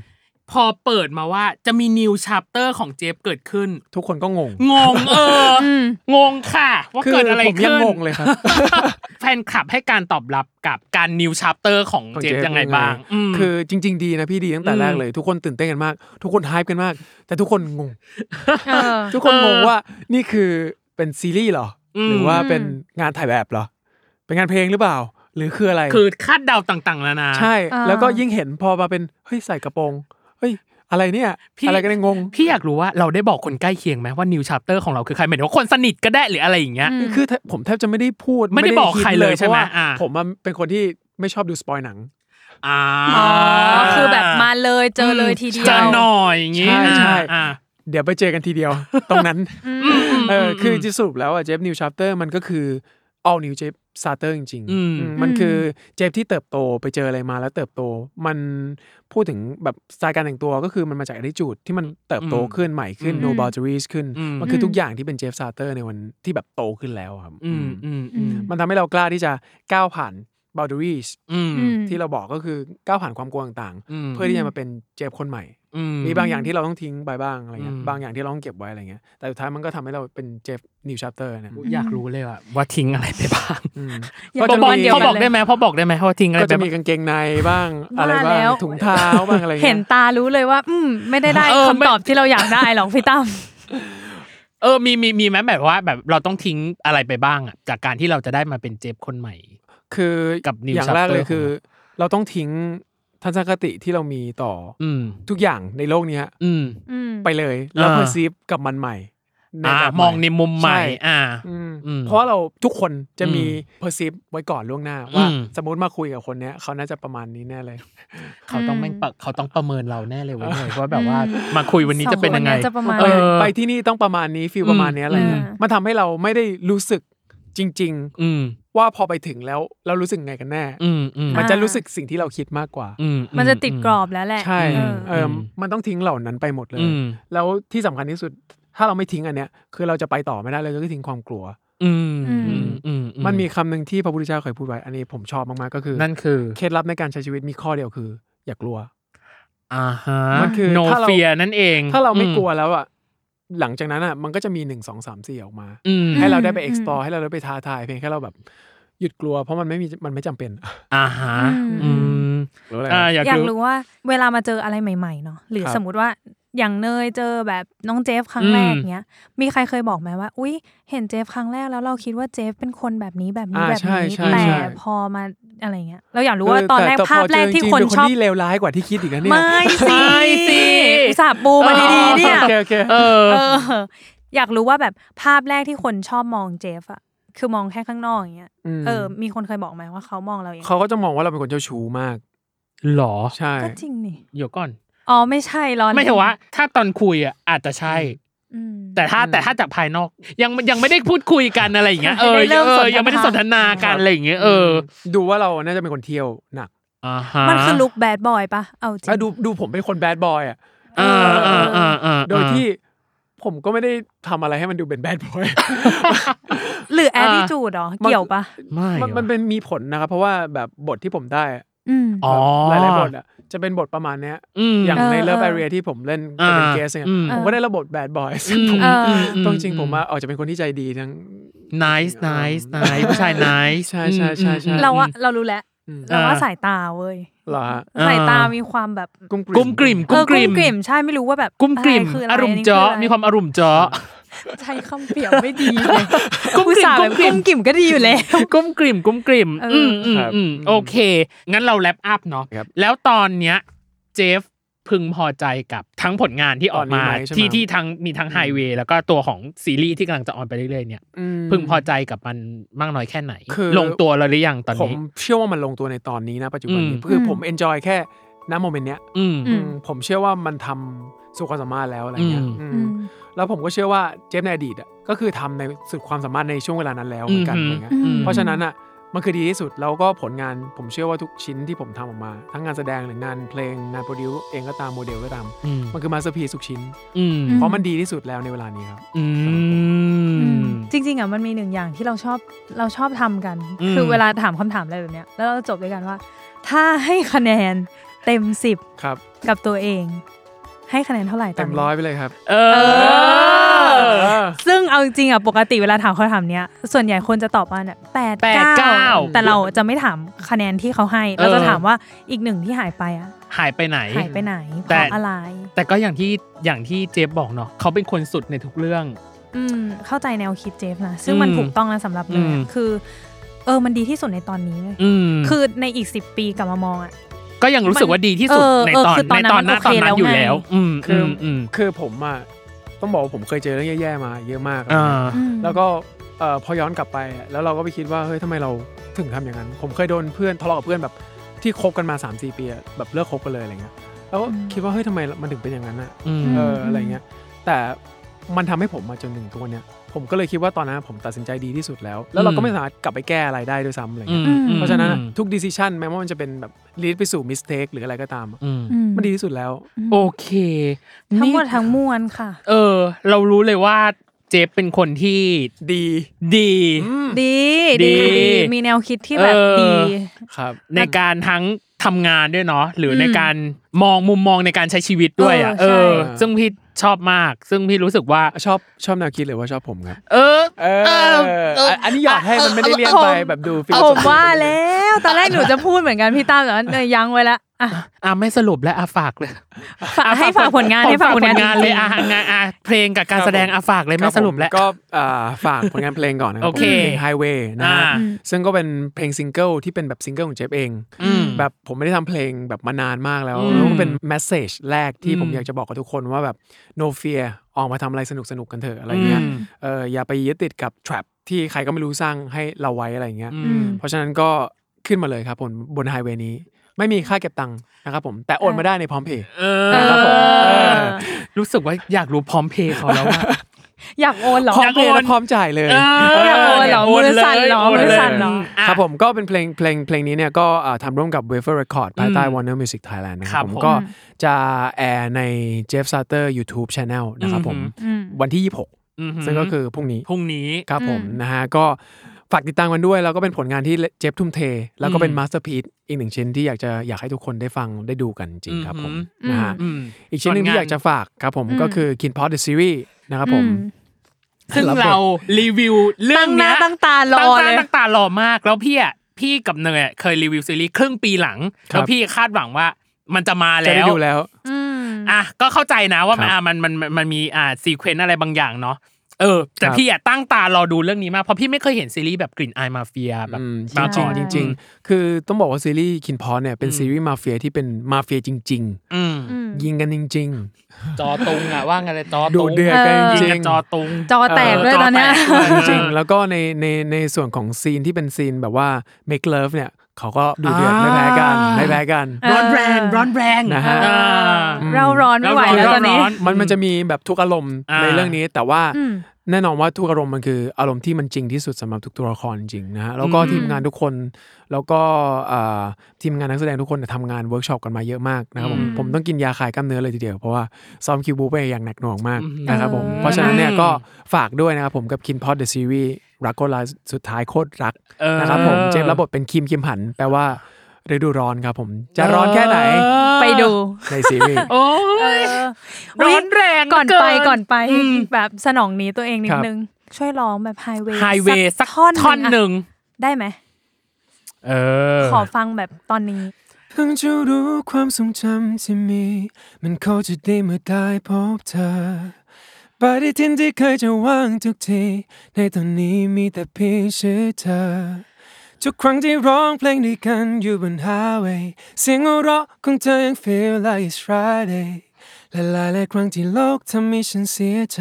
พอเปิดมาว่าจะมี new chapter ของเจฟเกิดขึ้นทุกคนก็งงงงเอองงค่ะว่าเกิดอะไรขึ้นผมยังงงเลยครับแฟนคลับให้การตอบรับกับการ new chapter ของเจฟยังไงบ้างคือจริงๆดีนะพี่ดีตั้งแต่แรกเลยทุกคนตื่นเต้นกันมากทุกคนไฮป์กันมากแต่ทุกคนงงทุกคนงงว่านี่คือเป็นซีรีส์เหรอหรือว่าเป็นงานถ่ายแบบเหรอเป็นงานเพลงหรือเปล่าหรือคืออะไรคือคาดเดาต่างๆแล้วนะใช่แล้วก็ยิ่งเห็นพอมาเป็นเฮ้ยใส่กระโปรงเฮ้ยอะไรเนี่ยอะไรกันงงพี่อยากรู้ว่าเราได้บอกคนใกล้เคียงไหมว่า new chapter ของเราคือใครหมายถึงว่าคนสนิทก็ได้หรืออะไรอย่างเงี้ยคือผมแทบจะไม่ได้พูดไม่ได้บอกใครเลยใช่ไหมผมเป็นคนที่ไม่ชอบดูสปอยหนังอ๋อคือแบบมาเลยเจอเลยทีเดียวเจอหน่อยอย่างงี้ใช่เดี๋ยวไปเจอกันทีเดียวตรงนั้นเออคือจะสรุปแล้วอ่ะเจฟ new chapter มันก็คือ all new เจฟสตาร์เตอร์จริงๆมันคือเจฟที่เติบโตไปเจออะไรมาแล้วเติบโตมันพูดถึงแบบสไตล์การแต่งตัวก็คือมันมาจาก attitude ที่มันเติบโตขึ้นใหม่ขึ้น no boundaries ขึ้นมันคือทุกอย่างที่เป็นเจฟสตาร์เตอร์ในวันที่แบบโตขึ้นแล้วครับมันทำให้เรากล้าที่จะก้าวผ่าน boundaries ที่เราบอกก็คือก้าวผ่านความกลัวต่างๆเพื่อที่จะมาเป็นเจฟคนใหม่มีบางอย่างที่เราต้องทิ้งไปบ้างอะไรเงี้ยบางอย่างที่เราต้องเก็บไว้อะไรเงี้ยแต่สุดท้ายมันก็ทำให้เราเป็นเจฟ new chapter นะอยากรู้เลยว่าว่าทิ้งอะไรไปบ้างเขาบอกได้ไหมเขาบอกได้ไหมว่าทิ้งอะไรไปก็จะมีกางเกงในบ้างอะไรบ้างถุงเท้าบ้างอะไรเงี้ยเห็นตารู้เลยว่าอืมไม่ได้ได้คำตอบที่เราอยากได้หรอกพี่ตั้มเออมีมีมีไหมแบบว่าแบบเราต้องทิ้งอะไรไปบ้างอ่ะจากการที่เราจะได้มาเป็นเจฟคนใหม่คือกับอย่างแรกเลยคือเราต้องทิ้งทัศนคติที่เรามีต่อทุกอย่างในโลกนี้ไปเลยแล้วเพอร์ซีฟกับมันใหม่มองในมุมใหม่อ่าเพราะเราทุกคนจะมีเพอร์ซีฟไว้ก่อนล่วงหน้าว่าสมมติมาคุยกับคนเนี้ยเขาน่าจะประมาณนี้แน่เลยเขาต้องแม่งเขาต้องประเมินเราแน่เลยเว้ยว่าแบบว่ามาคุยวันนี้จะเป็นยังไงไปที่นี่ต้องประมาณนี้ฟีลประมาณนี้อะไรเงี้ยมันทำให้เราไม่ได้รู้สึกจริงๆว่าพอไปถึงแล้วเรารู้สึกไงกันแน่มันจะรู้สึกสิ่งที่เราคิดมากกว่ามันจะติดกรอบแล้วแหละใช่เออมันต้องทิ้งเหล่านั้นไปหมดเลยแล้วที่สำคัญที่สุดถ้าเราไม่ทิ้งอันเนี้ยคือเราจะไปต่อไม่ได้เลยก็ทิ้งความกลัวมันมีคำหนึ่งที่พระพุทธเจ้าเคยพูดไว้อันนี้ผมชอบมากๆก็คือนั่นคือเคล็ดลับในการใช้ชีวิตมีข้อเดียวคืออย่ากลัวอ่าฮะมันคือ no fear นั่นเองถ้าเราไม่กลัวแล้วอ่ะหลังจากนั้นอ่ะมันก็จะมีหนึ่ง สอง สาม สี่ออกมาให้เราได้ไป explore ให้เราได้ไปท้าทายเพียงแค่เราแบบหยุดกลัวเพราะมันไม่มีมันไม่จำเป็นอ่าฮะอยากรู้ว่าเวลามาเจออะไรใหม่ๆเนาะหรือสมมติว่าอย่างเนยเจอแบบน้องเจฟครั้งแรกเนี้ยมีใครเคยบอกไหมว่าอุ๊ยเห็นเจฟครั้งแรกแล้วเราคิดว่าเจฟเป็นคนแบบนี้แบบนี้แบบนี้แต่พอมาอะไรเงี้ยเราอยากรู้ว่าตอนแรกภาพแรกที่คนชอบที่เลวร้ายกว่าที่คิดอีกนะเนี่ยไม่สิอุตส่าห์ปูมาดีๆเนี่ยเอออยากรู้ว่าแบบภาพแรกที่คนชอบมองเจฟอะคือมองแค่ข้างนอกอย่างเงี้ยเออมีคนเคยบอกไหมว่าเขามองเราอย่างเขาก็จะมองว่าเราเป็นคนเจ้าชู้มากหรอใช่ก็จริงนี่เดี๋ยวก่อนอ๋อไม่ใช่ร้อนไม่ใช่ว่าถ้าตอนคุยอ่ะอาจจะใช่แต่ถ้าแต่ถ้าจากภายนอกยังยังไม่ได้พูดคุยกันอะไรอย่างเงี้ยเออยังไม่ได้สนทนากันอะไรอย่างเงี้ยเออดูว่าเราน่าจะเป็นคนเที่ยวหนักอ่าฮะมันคือลุคแบดบอยป่ะเอาจริงดูดูผมเป็นคนแบดบอยอ่ะโดยที่ผมก็ไม่ได้ทำอะไรให้มันดูเป็นแบดบอยหรือ attitude หรอเกี่ยวป่ะไม่มันเป็นมีผลนะครับเพราะว่าแบบบทที่ผมได้หลายๆบทอ่ะจะเป็นบทประมาณเนี้ยอย่างใน Love Area ที่ผมเล่นเป็นเกสเนี่ยผมก็ได้รับบท bad boy ซึ่งผมตรงจริงผมว่าออกจะเป็นคนที่ใจดีทั้ง nice nice nice ผู้ชาย nice ใช่ใช่ใช่ใช่เราว่าเรารู้แล้วเราว่าสายตาเว้ยสายตามีความแบบกุ้มกลิ่มกุ้มกลิ่มใช่ไม่รู้ว่าแบบกุ้มกลิ่มอารมณ์เจาะมีความอารมณ์เจาะใช้คำเปรียบไม่ดีเลยกุ้มกลิ่มกุ้มกลิ่มก็ดีอยู่แล้วกุ้มกลิ่มกุ้มกลิ่มอืมอืมโอเคงั้นเราแรปอัพเนาะแล้วตอนเนี้ยเจฟพึงพอใจกับทั้งผลงานที่ออกมาที่ที่ทั้งมีทั้งไฮเวย์แล้วก็ตัวของซีรีส์ที่กำลังจะออนไปเรื่อยๆเนี่ยพึงพอใจกับมันมากน้อยแค่ไหนลงตัวแล้วหรือยังตอนนี้ผมเชื่อว่ามันลงตัวในตอนนี้นะปัจจุบันนี้คือผมเอนจอยแค่ณโมเมนต์เนี้ยผมเชื่อว่ามันทำสุดความสามารถแล้วอะไรเงี้ยแล้วผมก็เชื่อว่าเจฟในอดีตอ่ะก็คือทำในสุดความสามารถในช่วงเวลานั้นแล้วเหมือนกันอะไรเงี้ยเพราะฉะนั้นอ่ะมันคือดีที่สุดแล้วก็ผลงานผมเชื่อว่าทุกชิ้นที่ผมทำออกมาทั้งงานแสดงหรืองานเพลงงานโปรดิวเองก็ตามโมเดลก็ตามมันคือมาสเตอร์พีซทุกชิ้นเพราะมันดีที่สุดแล้วในเวลานี้ครับจริงๆอ่ะมันมีหนึ่งอย่างที่เราชอบเราชอบทำกันคือเวลาถามคำถามอะไรแบบเนี้ยแล้วเราจบด้วยกันว่าถ้าให้คะแนนเต็มสิบครับกับตัวเองให้คะแนนเท่าไหร่ตอนนี้เต็มร้อยไปเลยครับเออซึ่งเอาจริงๆอ่ะปกติเวลาถามข้อถามเนี้ยส่วนใหญ่คนจะตอบมาเนี่ยแปด เก้าแต่เราจะไม่ถามคะแนนที่เขาให้เราจะถามว่าอีกหนึ่งที่หายไปอ่ะหายไปไหนหายไปไหนเพราะอะไรแต่ก็อย่างที่อย่างที่เจฟบอกเนาะเขาเป็นคนสุดในทุกเรื่องอืมเข้าใจแนวคิดเจฟนะซึ่งมันถูกต้องนะสำหรับเลยคือเออมันดีที่สุดในตอนนี้เลยคือในอีกสิบปีกลับมามองอ่ะก็ยังรู้สึกว่าดีที่สุดในตอนในตอนนั้นตอนนั้นอยู่แล้วคือคือผมอ่ะต้องบอกว่าผมเคยเจอเรื่องแย่ๆมาเยอะมากแล้วก็พอย้อนกลับไปแล้วเราก็ไปคิดว่าเฮ้ยทำไมเราถึงทำอย่างนั้นผมเคยโดนเพื่อนทะเลาะกับเพื่อนแบบที่คบกันมา สามสี่ ปีแบบเลิกคบกันเลยอะไรเงี้ยแล้วก็คิดว่าเฮ้ยทำไมมันถึงเป็นอย่างนั้นอ่ะเอออะไรเงี้ยแต่มันทำให้ผมมาจนถึงทุกวันเนี้ยผมก็เลยคิดว่าตอนนั้นผมตัดสินใจดีที่สุดแล้วแล้วเราก็ไม่สามารถกลับไปแก้อะไรได้ด้วยซ้ำอะไรเงี้ยเพราะฉะนั้นทุก decision แม้ว่ามันจะเป็นแบบ lead ไปสู่ mistake หรืออะไรก็ตามมันดีที่สุดแล้วโอเคทั้งหมดทั้งมวลค่ะเออเรารู้เลยว่าเจฟเป็นคนที่ดีดีดีดีมีแนวคิดที่แบบดีครับในการทั้งทำงานด้วยเนาะหรือในการมองมุมมองในการใช้ชีวิตด้วยอ่ะเออซึ่งพี่ชอบมากซึ่งพี่รู้สึกว่าชอบชอบแนวคิดหรือว่าชอบผมครับเออเอออันนี้อยากให้มันไม่ได้เลี่ยนไปแบบดูฟิลผมว่าแล้วตอนแรกหนูจะพูดเหมือนกันพี่ตั้มแต่ว่ายังไว้ละอ่ะอ่ะไม่สรุปแล้วอ่ะฝากเลยให้ฝากผลงานให้ฝากผลงานเลยอ่ะงานอ่ะเพลงกับการแสดงอ่ะฝากเลยไม่สรุปแล้วก็อ่าฝากผลงานเพลงก่อนนะครับเพลง Highway นะซึ่งก็เป็นเพลงซิงเกิลที่เป็นแบบซิงเกิลของเจฟเองแบบผมไม่ได้ทำเพลงแบบมานานมากแล้วแล้วก็เป็นเมสเสจแรกที่ผมอยากจะบอกกับทุกคนว่าแบบ no fear ออกมาทำอะไรสนุกสนุกกันเถอะอะไรเงี้ยเอออย่าไปยึดติดกับ trap ที่ใครก็ไม่รู้สร้างให้เราไว้อะไรเงี้ยเพราะฉะนั้นก็ขึ้นมาเลยครับผมบนไฮเวย์นี้ไม่มีค่าเก็บตังค์นะครับผมแต่โอนมาได้ในพร้อมเพย์นะครับผมรู้สึกว่าอยากรู้พร้อมเพย์เขาแล้วว่าอยากโอนเหรอพร้อมเพย์แล้วพร้อมจ่ายเลยอยากโอนเหรอมือสั่นเหรอมือสั่นเหรอครับผมก็เป็นเพลงเพลงเพลงนี้เนี่ยก็ทำร่วมกับ Wafer Record ภายใต้ Warner Music Thailand นะครับผมก็จะแอร์ใน Jeff Sutter YouTube Channel นะครับผมวันที่ยี่สิบหกซึ่งก็คือพรุ่งนี้พรุ่งนี้ครับผมนะฮะก็ฝากติดตามกันด้วยแล้วก็เป็นผลงานที่เจฟทุ่มเทแล้วก็เป็นมาสเตอร์พีซอีกหนึ่งชิ้นที่อยากจะอยากให้ทุกคนได้ฟังได้ดูกันจริงครับผมนะฮะอีกชิ้นนึงที่อยากจะฝากครับผมก็คือ KinPod The Series นะครับผมซึ่งเรารีวิวเรื่องนี้ตั้งตารอเลยตั้งตารอมากแล้วพี่อ่ะพี่กับเนยเคยรีวิวซีรีส์ครึ่งปีหลังแล้วพี่คาดหวังว่ามันจะมาแล้วจะได้ดูแล้วอ่ะก็เข้าใจนะว่ามันมันมันมันมีอ่าซีเควนซ์อะไรบางอย่างเนาะเออแต่พี่อ่ะตั้งตารอดูเรื่องนี้มากเพราะพี่ไม่เคยเห็นซีรีส์แบบกลิ่นอายมาเฟียแบบจริงจริงจริงคือต้องบอกว่าซีรีส์คินพอสเนี่ยเป็นซีรีส์มาเฟียที่เป็นมาเฟียจริงๆยิงกันจริงๆจอตุงอ่ะว่าไงเลยจอตุงดูเดือดกันจริงจอตุงจอแตกด้วยตอนนี้จริงแล้วก็ในในในส่วนของซีนที่เป็นซีนแบบว่า make love เนี่ยเขาก็ดูเดือดไม่แพ้กันไม่แพ้กันร้อนแรงร้อนแรงนะฮะเราร้อนไม่ไหวแล้วตอนนี้มันมันจะมีแบบทุกอารมณ์ในเรื่องนี้แต่ว่าแน่นอนว่าทุกอารมณ์มันคืออารมณ์ที่มันจริงที่สุดสำหรับทุกตัวละครจริงนะฮะแล้วก็ทีมงานทุกคนแล้วก็ทีมงานนักแสดงทุกคนทำงานเวิร์กช็อปกันมาเยอะมากนะครับผมผมต้องกินยาคลายกล้ามเนื้อเลยทีเดียวเพราะว่าซ้อมคิวบูไปอย่างหนักหน่วงมากนะครับผมเพราะฉะนั้นเนี่ยก็ฝากด้วยนะครับผมกับ KinPod The Series รักโคตรรักสุดท้ายโคตรรักนะครับผมเจฟรับบทเป็นคิมคิมหันแปลว่าฤดูร้อนครับผมจะร้อนแค่ไหนไปดูในซีรีส์โอ้ยร้อนแรงก่อนไปก่อนไปแบบสนองนี้ตัวเองนิดนึงช่วยร้องแบบไฮเวย์ไฮเวย์สักท่อนหนึ่งได้ไหมเออขอฟังแบบตอนนี้เพิ่งจะรู้ความทรงจำที่มีมันเขาจะดีเมื่อได้พบเธอปฏิทินที่เคยจะว่างทุกทีในตอนนี้มีแต่เพียงชื่อเธอทุกครั้งที่ร้องเพลงด้วยกันอยู่บน highway เสียงหัวเราะของเธอยัง feel like it's Friday และหลายหลายครั้งที่โลกทำให้ฉันเสียใจ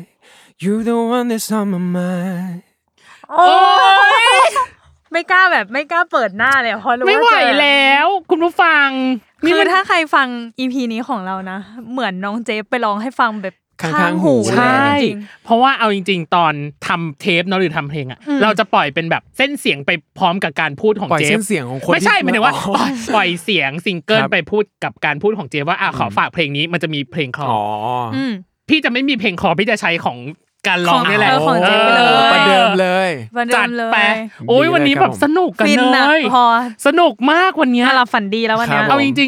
You the one that's on my mind โอ้ยไม่กล้าแบบไม่กล้าเปิดหน้าเลยเพราะรู้ว่าไม่ไหวแล้วคุณผู้ฟังคือถ้าใครฟัง อี พี นี้ของเรานะเหมือนน้องเจฟไปร้องให้ฟังแบบข้างหูใช่เพราะว่าเอาจริงๆตอนทำเทปเนาะหรือทำเพลงอ่ะเราจะปล่อยเป็นแบบเส้นเสียงไปพร้อมกับการพูดของเจฟปล่อยเส้นเสียงของคนไม่ใช่หมายถึงว่าปล่อยเสียงซิงเกิลไปพูดกับการพูดของเจฟว่าอ่ะขอฝากเพลงนี้มันจะมีเพลงคลอพี่จะไม่มีเพลงคลอพี่จะใช้ของการร้องนี่แหละของเจฟไปเลยประเดิมเลยจัดไปโอ้ยวันนี้แบบสนุกกันเลยสนุกมากวันนี้หลับฝันดีแล้ววันนี้เอาจริง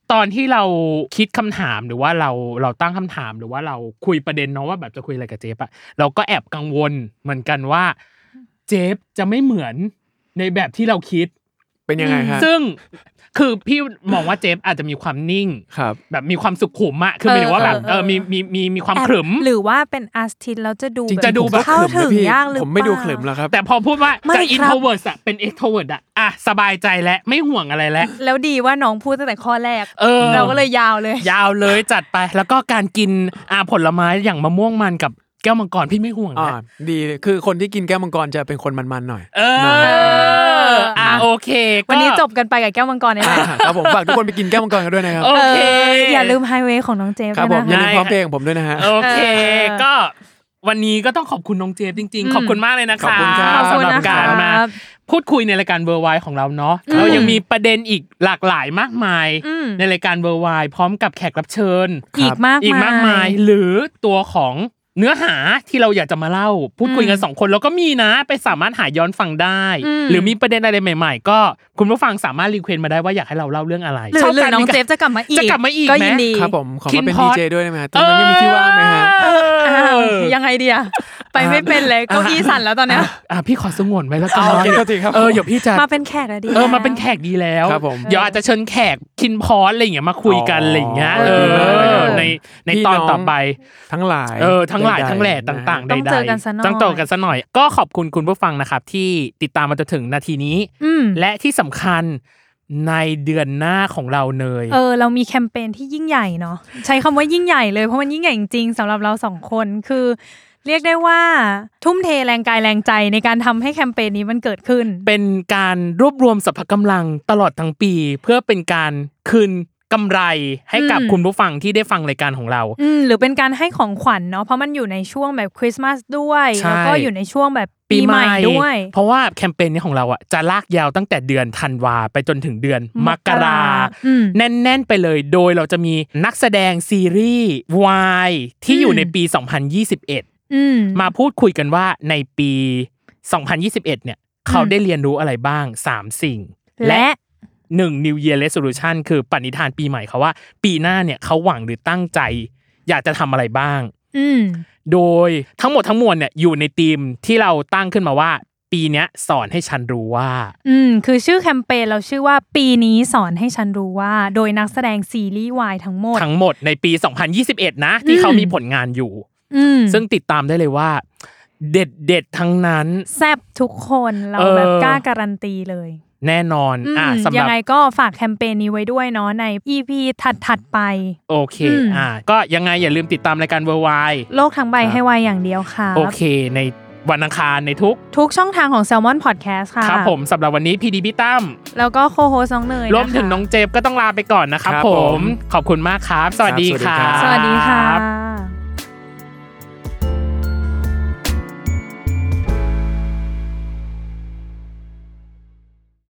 ตอนที่เราคิดคำถามหรือว่าเราเราตั้งคำถามหรือว่าเราคุยประเด็นเนาะว่าแบบจะคุยอะไรกับเจฟอะเราก็แอบกังวลเหมือนกันว่าเจฟจะไม่เหมือนในแบบที่เราคิดเป็นยังไงครับซึ่งคือพี่มองว่าเจฟอาจจะมีความนิ่งแบบมีความสุขุมอะคือหมายถึงว่าแบบเออมีมีมีมีความขรึมหรือว่าเป็นอาร์ติสต์แล้วจะดูจะดูแบบเข้าถึงยากหรือเปล่าผมไม่ดูขรึมแล้วครับแต่พอพูดว่าจะ introvert อะเป็น extrovert อะอ่ะสบายใจแล้วไม่ห่วงอะไรแล้วแล้วดีว่าน้องพูดตั้งแต่ข้อแรกเราก็เลยยาวเลยยาวเลยจัดไปแล้วก็การกินอ่าผลไม้อย่างมะม่วงมันกับแก้วมังกรพี่ไม่ห่วงนะดีคือคนที่กินแก้วมังกรจะเป็นคนมันๆหน่อยเอออ่ะโอเควันนี้จบกันไปกับแก้วมังกรเนี่ยครับผมฝากทุกคนไปกินแก้วมังกรกันด้วยนะครับโอเคอย่าลืมไฮเวย์ของน้องเจฟครับผมอย่าลืมพร้อมเพลงผมด้วยนะฮะโอเคก็วันนี้ก็ต้องขอบคุณน้องเจฟจริงๆขอบคุณมากเลยนะคะขอบคุณครับสำหรับการมาพูดคุยในรายการเวอร์ไวของเราเนาะเรายังมีประเด็นอีกหลากหลายมากมายในรายการเวอร์ไวพร้อมกับแขกรับเชิญอีกมากอีกมากมายหรือตัวของเนื้อหาที่เราอยากจะมาเล่าพูดคุยกันสองคนแล้วก็มีนะไปสามารถหาย้อนฟังได้หรือมีประเด็นอะไรใหม่ๆก็คุณผู้ฟังสามารถรีเควสต์มาได้ว่าอยากให้เราเล่าเรื่องอะไรหรือน้องเจฟจะกลับมาอีกจะกลับมาอีกก็ยินดีครับผมขอมาเป็นดีเจด้วยได้มั้ยตอนนั้นยังมีที่ว่างมั้ยฮะยังไงดีอ่ะไปไม่เป็นเลยเก้าอี้สั่นแล้วตอนเนี้ยอ่ะพี่ขอสงวนไว้แล้วกันเออเดี๋ยวพี่จะมาเป็นแขกดีเออมาเป็นแขกดีแล้วเดี๋ยวอาจจะเชิญแขกคินพอสอะไรอย่างเงี้ยมาคุยกันอะไรอย่างเงี้ยเออในในตอนต่อไปทั้งหลายเออทั้งหลายทั้งแหล่ต่างๆใดๆต้องเจอกันซะหน่อยต้องเจอกันซะหน่อยก็ขอบคุณคุณผู้ฟังนะครับที่ติดตามมาจนถึงนาทีนี้และที่สำคัญในเดือนหน้าของเราเนยเออเรามีแคมเปญที่ยิ่งใหญ่เนาะใช้คำว่ายิ่งใหญ่เลยเพราะมันยิ่งใหญ่จริงๆสำหรับเราสองคนคือเรียกได้ว่าทุ่มเทแรงกายแรงใจในการทำให้แคมเปญนี้มันเกิดขึ้นเป็นการรวบรวมสรรพกำลังตลอดทั้งปีเพื่อเป็นการคืนกำไรให้กับคุณผู้ฟังที่ได้ฟังรายการของเราอืมหรือเป็นการให้ของขวัญเนาะเพราะมันอยู่ในช่วงแบบคริสต์มาสด้วยแล้วก็อยู่ในช่วงแบบปีใหม่ด้วยเพราะว่าแคมเปญนี้ของเราอ่ะจะลากยาวตั้งแต่เดือนธันวาไปจนถึงเดือนมกราแน่นๆไปเลยโดยเราจะมีนักแสดงซีรีส์วายที่อยู่ในปีสองพันยี่สิบเอ็ดมาพูดคุยกันว่าในปีสองพันยี่สิบเอ็ดเนี่ยเขาได้เรียนรู้อะไรบ้างสามสิ่งและหนึ่ง New Year Resolution คือปณิธานปีใหม่เขาว่าปีหน้าเนี่ยเขาหวังหรือตั้งใจอยากจะทำอะไรบ้างโดยทั้งหมดทั้งมวลเนี่ยอยู่ในธีมที่เราตั้งขึ้นมาว่าปีเนี้ยสอนให้ฉันรู้ว่าอืมคือชื่อแคมเปญเราชื่อว่าปีนี้สอนให้ฉันรู้ว่าโดยนักแสดงซีรีส์วายทั้งหมดทั้งหมดในปีสองพันยี่สิบเอ็ดนะที่เขามีผลงานอยู่ซึ่งติดตามได้เลยว่าเด็ดๆทั้งนั้นแซ่บทุกคนเราแบบกล้าการันตีเลยแน่นอนอ่ะสำหรับยังไงก็ฝากแคมเปญนี้ไว้ด้วยเนาะใน อี พี ถัดๆไปโอเคอ่ะก็ยังไงอย่าลืมติดตามรายการ World Wide โลกทั้งใบให้ไวอย่างเดียวค่ะโอเคในวันอังคารในทุกทุกช่องทางของ Salmon Podcast ค่ะครับผมสำหรับวันนี้พีดีพี่ตั้มแล้วก็โคโฮสน้องเนยรวมถึงน้องเจฟก็ต้องลาไปก่อนนะครับผมขอบคุณมากครับสวัสดีครับสวัสดีค่ะ